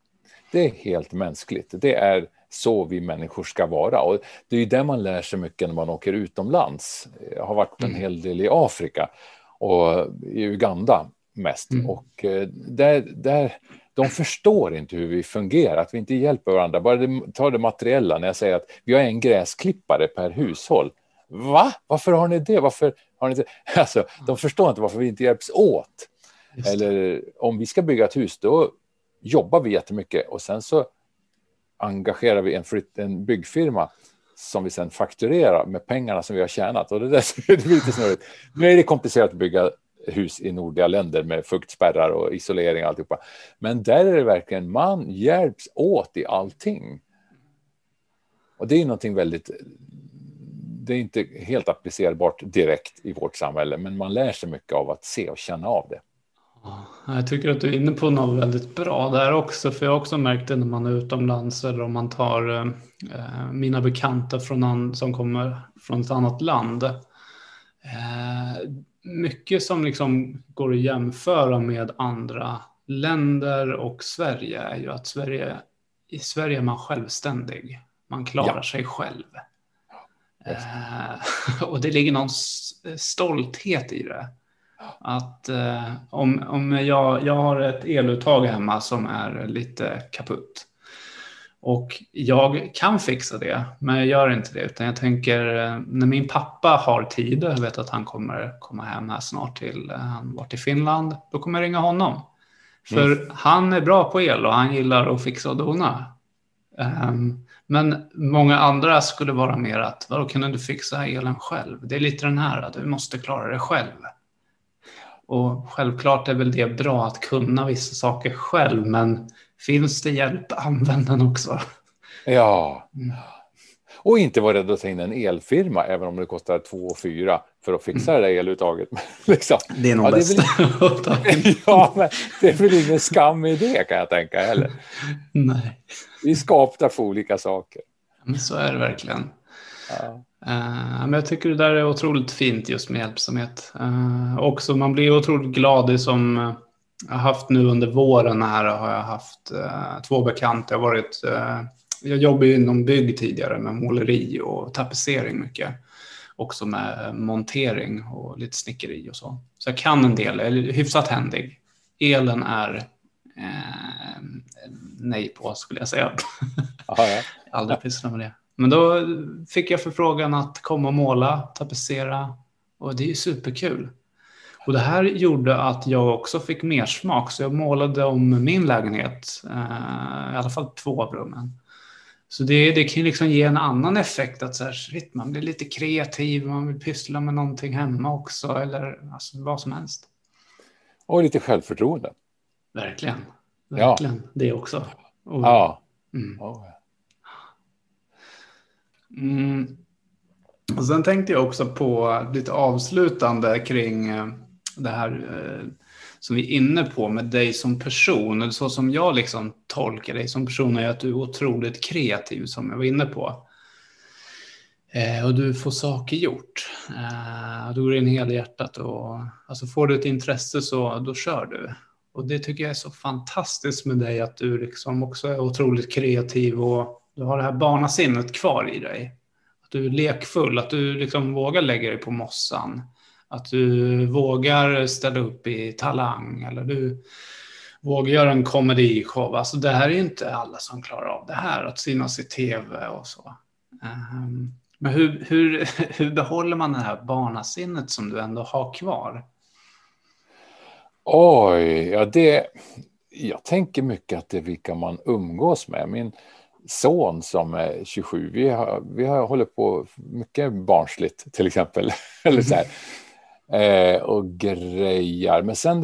Speaker 2: Det är helt mänskligt. Det är så vi människor ska vara. Och det är ju där man lär sig mycket när man åker utomlands. Jag har varit en hel del i Afrika och i Uganda mest. Och där de förstår inte hur vi fungerar, att vi inte hjälper varandra. Bara ta det materiella, när jag säger att vi har en gräsklippare per hushåll. Va? Varför har ni det? Varför har ni det? Alltså, de förstår inte varför vi inte hjälps åt. Eller om vi ska bygga ett hus, då jobbar vi jättemycket och sen så engagerar vi en byggfirma som vi sen fakturerar med pengarna som vi har tjänat. Och det blir lite snurrigt. Nu är det komplicerat att bygga hus i nordliga länder med fuktspärrar och isolering och alltihopa. Men där är det verkligen, man hjälps åt i allting. Och det är någonting väldigt, det är inte helt applicerbart direkt i vårt samhälle, men man lär sig mycket av att se och känna av det.
Speaker 1: Jag tycker att du är inne på något väldigt bra där också, för jag har också märkt det när man är utomlands eller om man tar mina bekanta som kommer från ett annat land. Mycket som liksom går att jämföra med andra länder och Sverige är ju att i Sverige är man självständig. Man klarar sig själv. Och det ligger någon stolthet i det. Att om jag har ett eluttag hemma som är lite kaputt och jag kan fixa det, men jag gör inte det, utan jag tänker när min pappa har tid, jag vet att han kommer komma hem här snart han var till Finland, då kommer jag ringa honom för han är bra på el och han gillar att fixa och dona. Men många andra skulle vara mer att vadå, kan du fixa elen själv? Det är lite den här att du måste klara det själv. Och självklart är väl det bra att kunna vissa saker själv, men finns det hjälp, använd den också.
Speaker 2: Ja. Och inte vara rädd att ta in en elfirma, även om det kostar 2 4 för att fixa det där eluttaget. Liksom.
Speaker 1: Det är nog bäst.
Speaker 2: Ja, men det är väl ingen skam i det, kan jag tänka heller.
Speaker 1: Nej.
Speaker 2: Vi skapar för olika saker.
Speaker 1: Men så är det verkligen. Ja. Men jag tycker det där är otroligt fint just med hjälpsamhet. Också man blir otroligt glad. Det som jag har haft nu under våren här har jag haft 2 bekanta. Jag jobbar ju inom bygg tidigare med måleri och tapetsering mycket. Också med montering och lite snickeri och så. Så jag kan en del, är hyfsat händig. Elen är nej på, skulle jag säga.
Speaker 2: Aha, ja.
Speaker 1: Aldrig pyssla med det. Men då fick jag förfrågan att komma och måla, tapetsera. Och det är ju superkul. Och det här gjorde att jag också fick mer smak. Så jag målade om min lägenhet. I alla fall 2 av rummen. Så det kan ju liksom ge en annan effekt. Att så här, shit, man blir lite kreativ. Man vill pyssla med någonting hemma också. Eller alltså, vad som helst.
Speaker 2: Och lite självförtroende.
Speaker 1: Verkligen.
Speaker 2: Ja.
Speaker 1: Det också. Och,
Speaker 2: ja.
Speaker 1: Och sen tänkte jag också på lite avslutande kring det här som vi är inne på med dig som person. Så som jag liksom tolkar dig som person är att du är otroligt kreativ, som jag var inne på. Och du får saker gjort. Du går in helhjärtat och alltså får du ett intresse så då kör du. Och det tycker jag är så fantastiskt med dig, att du liksom också är otroligt kreativ och du har det här barnasinnet kvar i dig. Att du är lekfull, att du liksom vågar lägga dig på mossan. Att du vågar ställa upp i Talang eller du vågar göra en komedishow. Alltså det här är inte alla som klarar av det här, att synas i tv och så. Men hur behåller man det här barnasinnet som du ändå har kvar?
Speaker 2: Oj, ja jag tänker mycket att det är vilka man umgås med. Min son som är 27, vi har hållit på mycket barnsligt till exempel. Eller så här. Och grejer. Men sen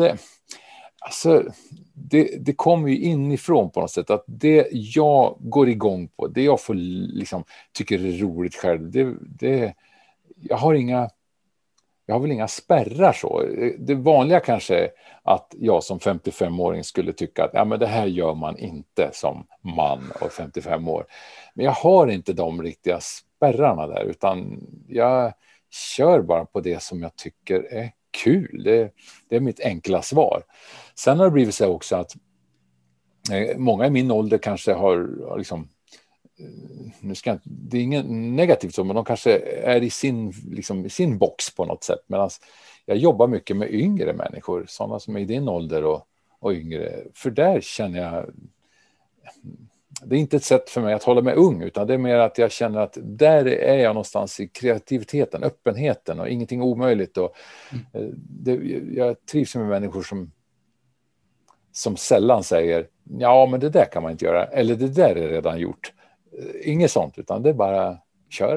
Speaker 2: det kommer ju inifrån på något sätt, att det jag går igång på, det jag får liksom tycker är roligt själv, jag har väl inga spärrar så. Det vanliga kanske är att jag som 55-åring skulle tycka att ja, men det här gör man inte som man och 55 år. Men jag har inte de riktiga spärrarna där, utan jag kör bara på det som jag tycker är kul. Det är mitt enkla svar. Sen har det blivit så också att många i min ålder kanske har liksom, det är inget negativt så, men de kanske är i sin box på något sätt. Medan jag jobbar mycket med yngre människor, sådana som är i din ålder och yngre. För där känner jag, det är inte ett sätt för mig att hålla mig ung, utan det är mer att jag känner att där är jag någonstans i kreativiteten, öppenheten och ingenting omöjligt. Och jag trivs med människor som sällan säger ja, men det där kan man inte göra, eller det där är redan gjort. Inget sånt, utan det är bara köra.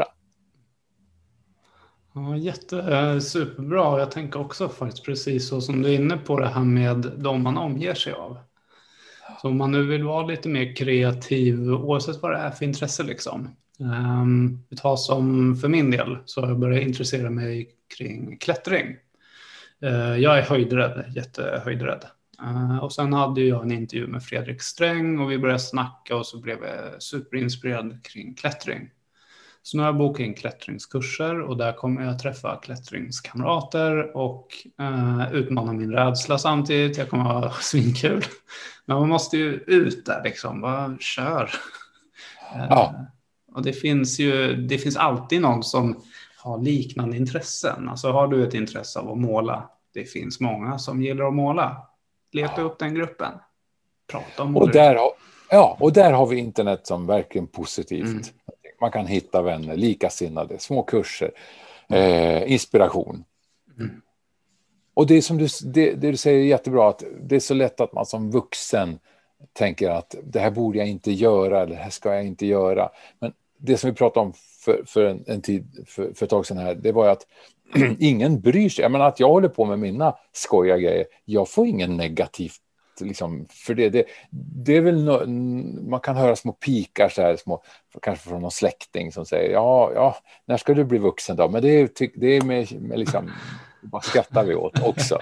Speaker 1: Ja, superbra. Jag tänker också faktiskt precis så som du är inne på det här med de man omger sig av. Så om man nu vill vara lite mer kreativ, oavsett vad det är för intresse liksom. Vi tar som för min del, så har jag börjat intressera mig kring klättring. Jag är höjdrädd, jättehöjdrädd. Och sen hade jag en intervju med Fredrik Sträng och vi började snacka och så blev jag superinspirerad kring klättring. Så nu har jag bokat in klättringskurser och där kommer jag träffa klättringskamrater och utmana min rädsla samtidigt. Jag kommer ha svinkul. Men man måste ju ut där liksom, bara kör. Och det finns alltid någon som har liknande intressen. Alltså har du ett intresse av att måla, det finns många som gillar att måla. Leta upp den gruppen. Prata om det.
Speaker 2: Och där har vi internet som verkligen positivt. Man kan hitta vänner, likasinnade, små kurser, inspiration. Och det är som det du säger är jättebra, att det är så lätt att man som vuxen tänker att det här borde jag inte göra eller det här ska jag inte göra. Men det som vi pratade om för ett tag sedan här, det var ju att ingen bryr sig. Jag menar att jag håller på med mina skojiga grejer. Jag får ingen negativt liksom, för det är väl man kan höra små pikar så här, små, kanske från någon släkting som säger ja, när ska du bli vuxen då? Men det är med liksom, bara skrattar vi åt också.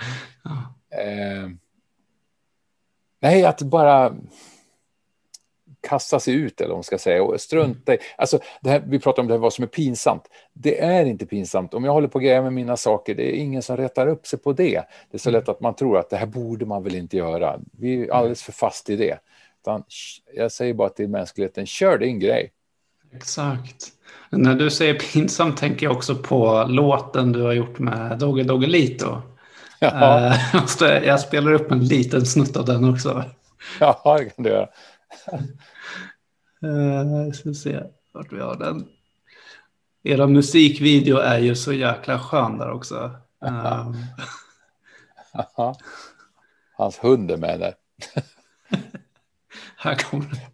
Speaker 2: Nej, att bara kasta sig ut, eller vad man ska säga, och strunta i. Alltså, det här, vi pratar om det här, vad som är pinsamt. Det är inte pinsamt. Om jag håller på att greja med mina saker, det är ingen som rättar upp sig på det. Det är så lätt att man tror att det här borde man väl inte göra. Vi är alldeles för fast i det. Utan, jag säger bara till mänskligheten, kör din grej.
Speaker 1: Exakt. När du säger pinsamt tänker jag också på låten du har gjort med Dogge Doggelito. Ja. Jag spelar upp en liten snutt av den också.
Speaker 2: Ja, det kan du göra.
Speaker 1: Jag ska se vart vi har den. Era musikvideo är ju så jäkla skön där också.
Speaker 2: Hans hund är med där.
Speaker 1: Här kommer det.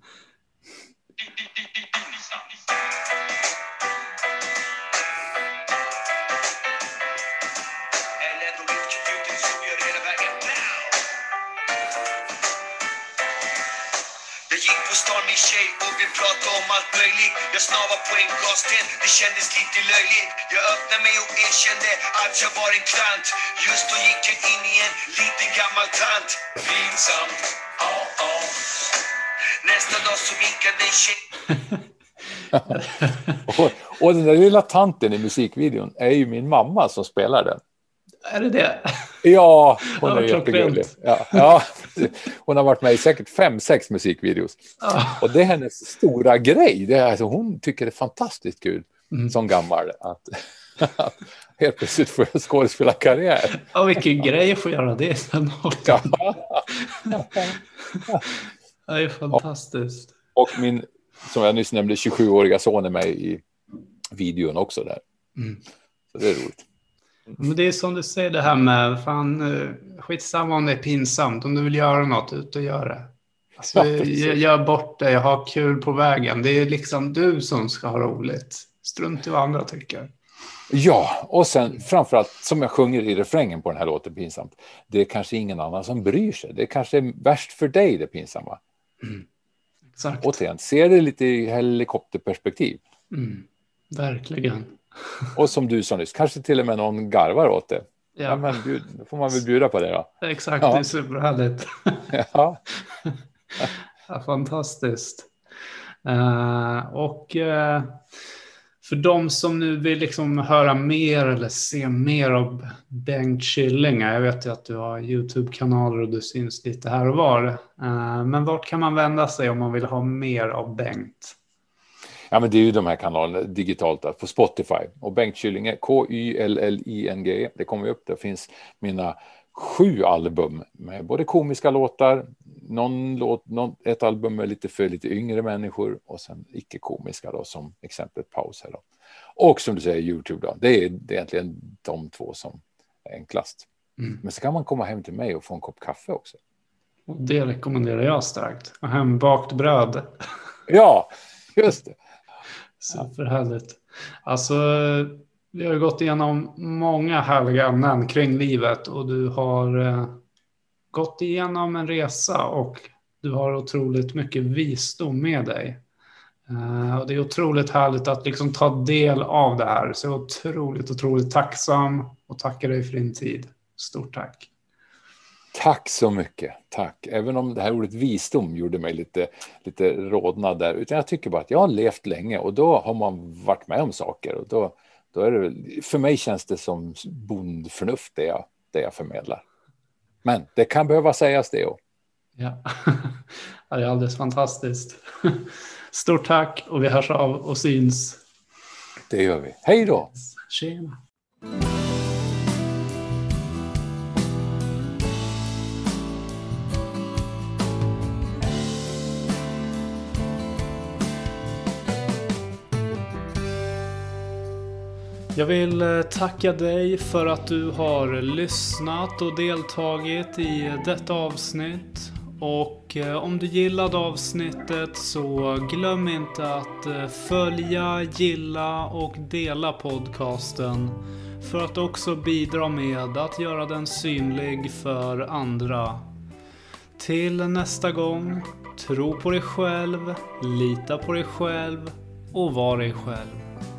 Speaker 4: Min tjej och vi pratar om allt möjligt. Jag snavar på en gasten, det kändes lite löjligt. Jag öppnade mig och erkände att jag var en klant. Just då gick jag in i en liten gammal tant. Pinsamt, Nästa dag så vinkade en tjej.
Speaker 2: och den där lilla tanten i musikvideon är ju min mamma som spelar den.
Speaker 1: Är det?
Speaker 2: Ja, hon är jättegullig. Ja, hon har varit med i säkert 5-6 musikvideos. Och det är hennes stora grej. Det är, alltså, hon tycker det är fantastiskt kul som gammal att helt plötsligt får jag skådespelarkarriär.
Speaker 1: Ja, vilken grej att få göra det sen. Det är fantastiskt.
Speaker 2: Och min, som jag nyss nämnde, 27-åriga son är med i videon också där. Så det är roligt.
Speaker 1: Men det är som du säger det här med skitsamma om det är pinsamt. Om du vill göra något, ut och gör det. Alltså, gör bort det, jag har kul på vägen. Det är liksom du som ska ha roligt. Strunt i vad andra tycker.
Speaker 2: Ja, och sen framförallt som jag sjunger i refrängen på den här låten pinsamt. Det är kanske ingen annan som bryr sig. Det är kanske värst för dig det pinsamma.
Speaker 1: Exakt.
Speaker 2: Återigen, ser det lite i helikopterperspektiv.
Speaker 1: Verkligen.
Speaker 2: Och som du sa nyss, kanske till och med någon garvar åt det. Ja, men då får man väl bjuda på det då.
Speaker 1: Exakt, det är superhärligt.
Speaker 2: Ja.
Speaker 1: Ja, fantastiskt. För de som nu vill liksom höra mer eller se mer av Bengt Kyllinger, jag vet ju att du har YouTube-kanaler och du syns lite här och var. Men vart kan man vända sig om man vill ha mer av Bengt?
Speaker 2: Ja, men det är ju de här kanalerna digitalt på Spotify. Och Bengt Kyllinger, Kylling, det kommer upp. Det finns mina 7 album med både komiska låtar, ett album med lite yngre människor och sen icke-komiska då, som exemplet Paus här då. Och som du säger, YouTube då. Det är egentligen de 2 som är enklast. Men så kan man komma hem till mig och få en kopp kaffe också.
Speaker 1: Och det rekommenderar jag starkt. Och hembakt bröd.
Speaker 2: Ja, just det.
Speaker 1: Superhärligt. Alltså, vi har gått igenom många härliga ämnen kring livet och du har gått igenom en resa och du har otroligt mycket visdom med dig. Och det är otroligt härligt att liksom ta del av det här. Så jag är otroligt tacksam och tackar dig för din tid. Stort tack.
Speaker 2: Tack så mycket, tack. Även om det här ordet visdom gjorde mig lite rodnad där. Utan jag tycker bara att jag har levt länge och då har man varit med om saker. Och då är det, för mig känns det som bondförnuft det jag förmedlar. Men det kan behöva sägas det också.
Speaker 1: Ja, det är alldeles fantastiskt. Stort tack och vi hörs av och syns.
Speaker 2: Det gör vi. Hej då!
Speaker 1: Tjena! Jag vill tacka dig för att du har lyssnat och deltagit i detta avsnitt. Och om du gillade avsnittet så glöm inte att följa, gilla och dela podcasten för att också bidra med att göra den synlig för andra. Till nästa gång, tro på dig själv, lita på dig själv och var dig själv.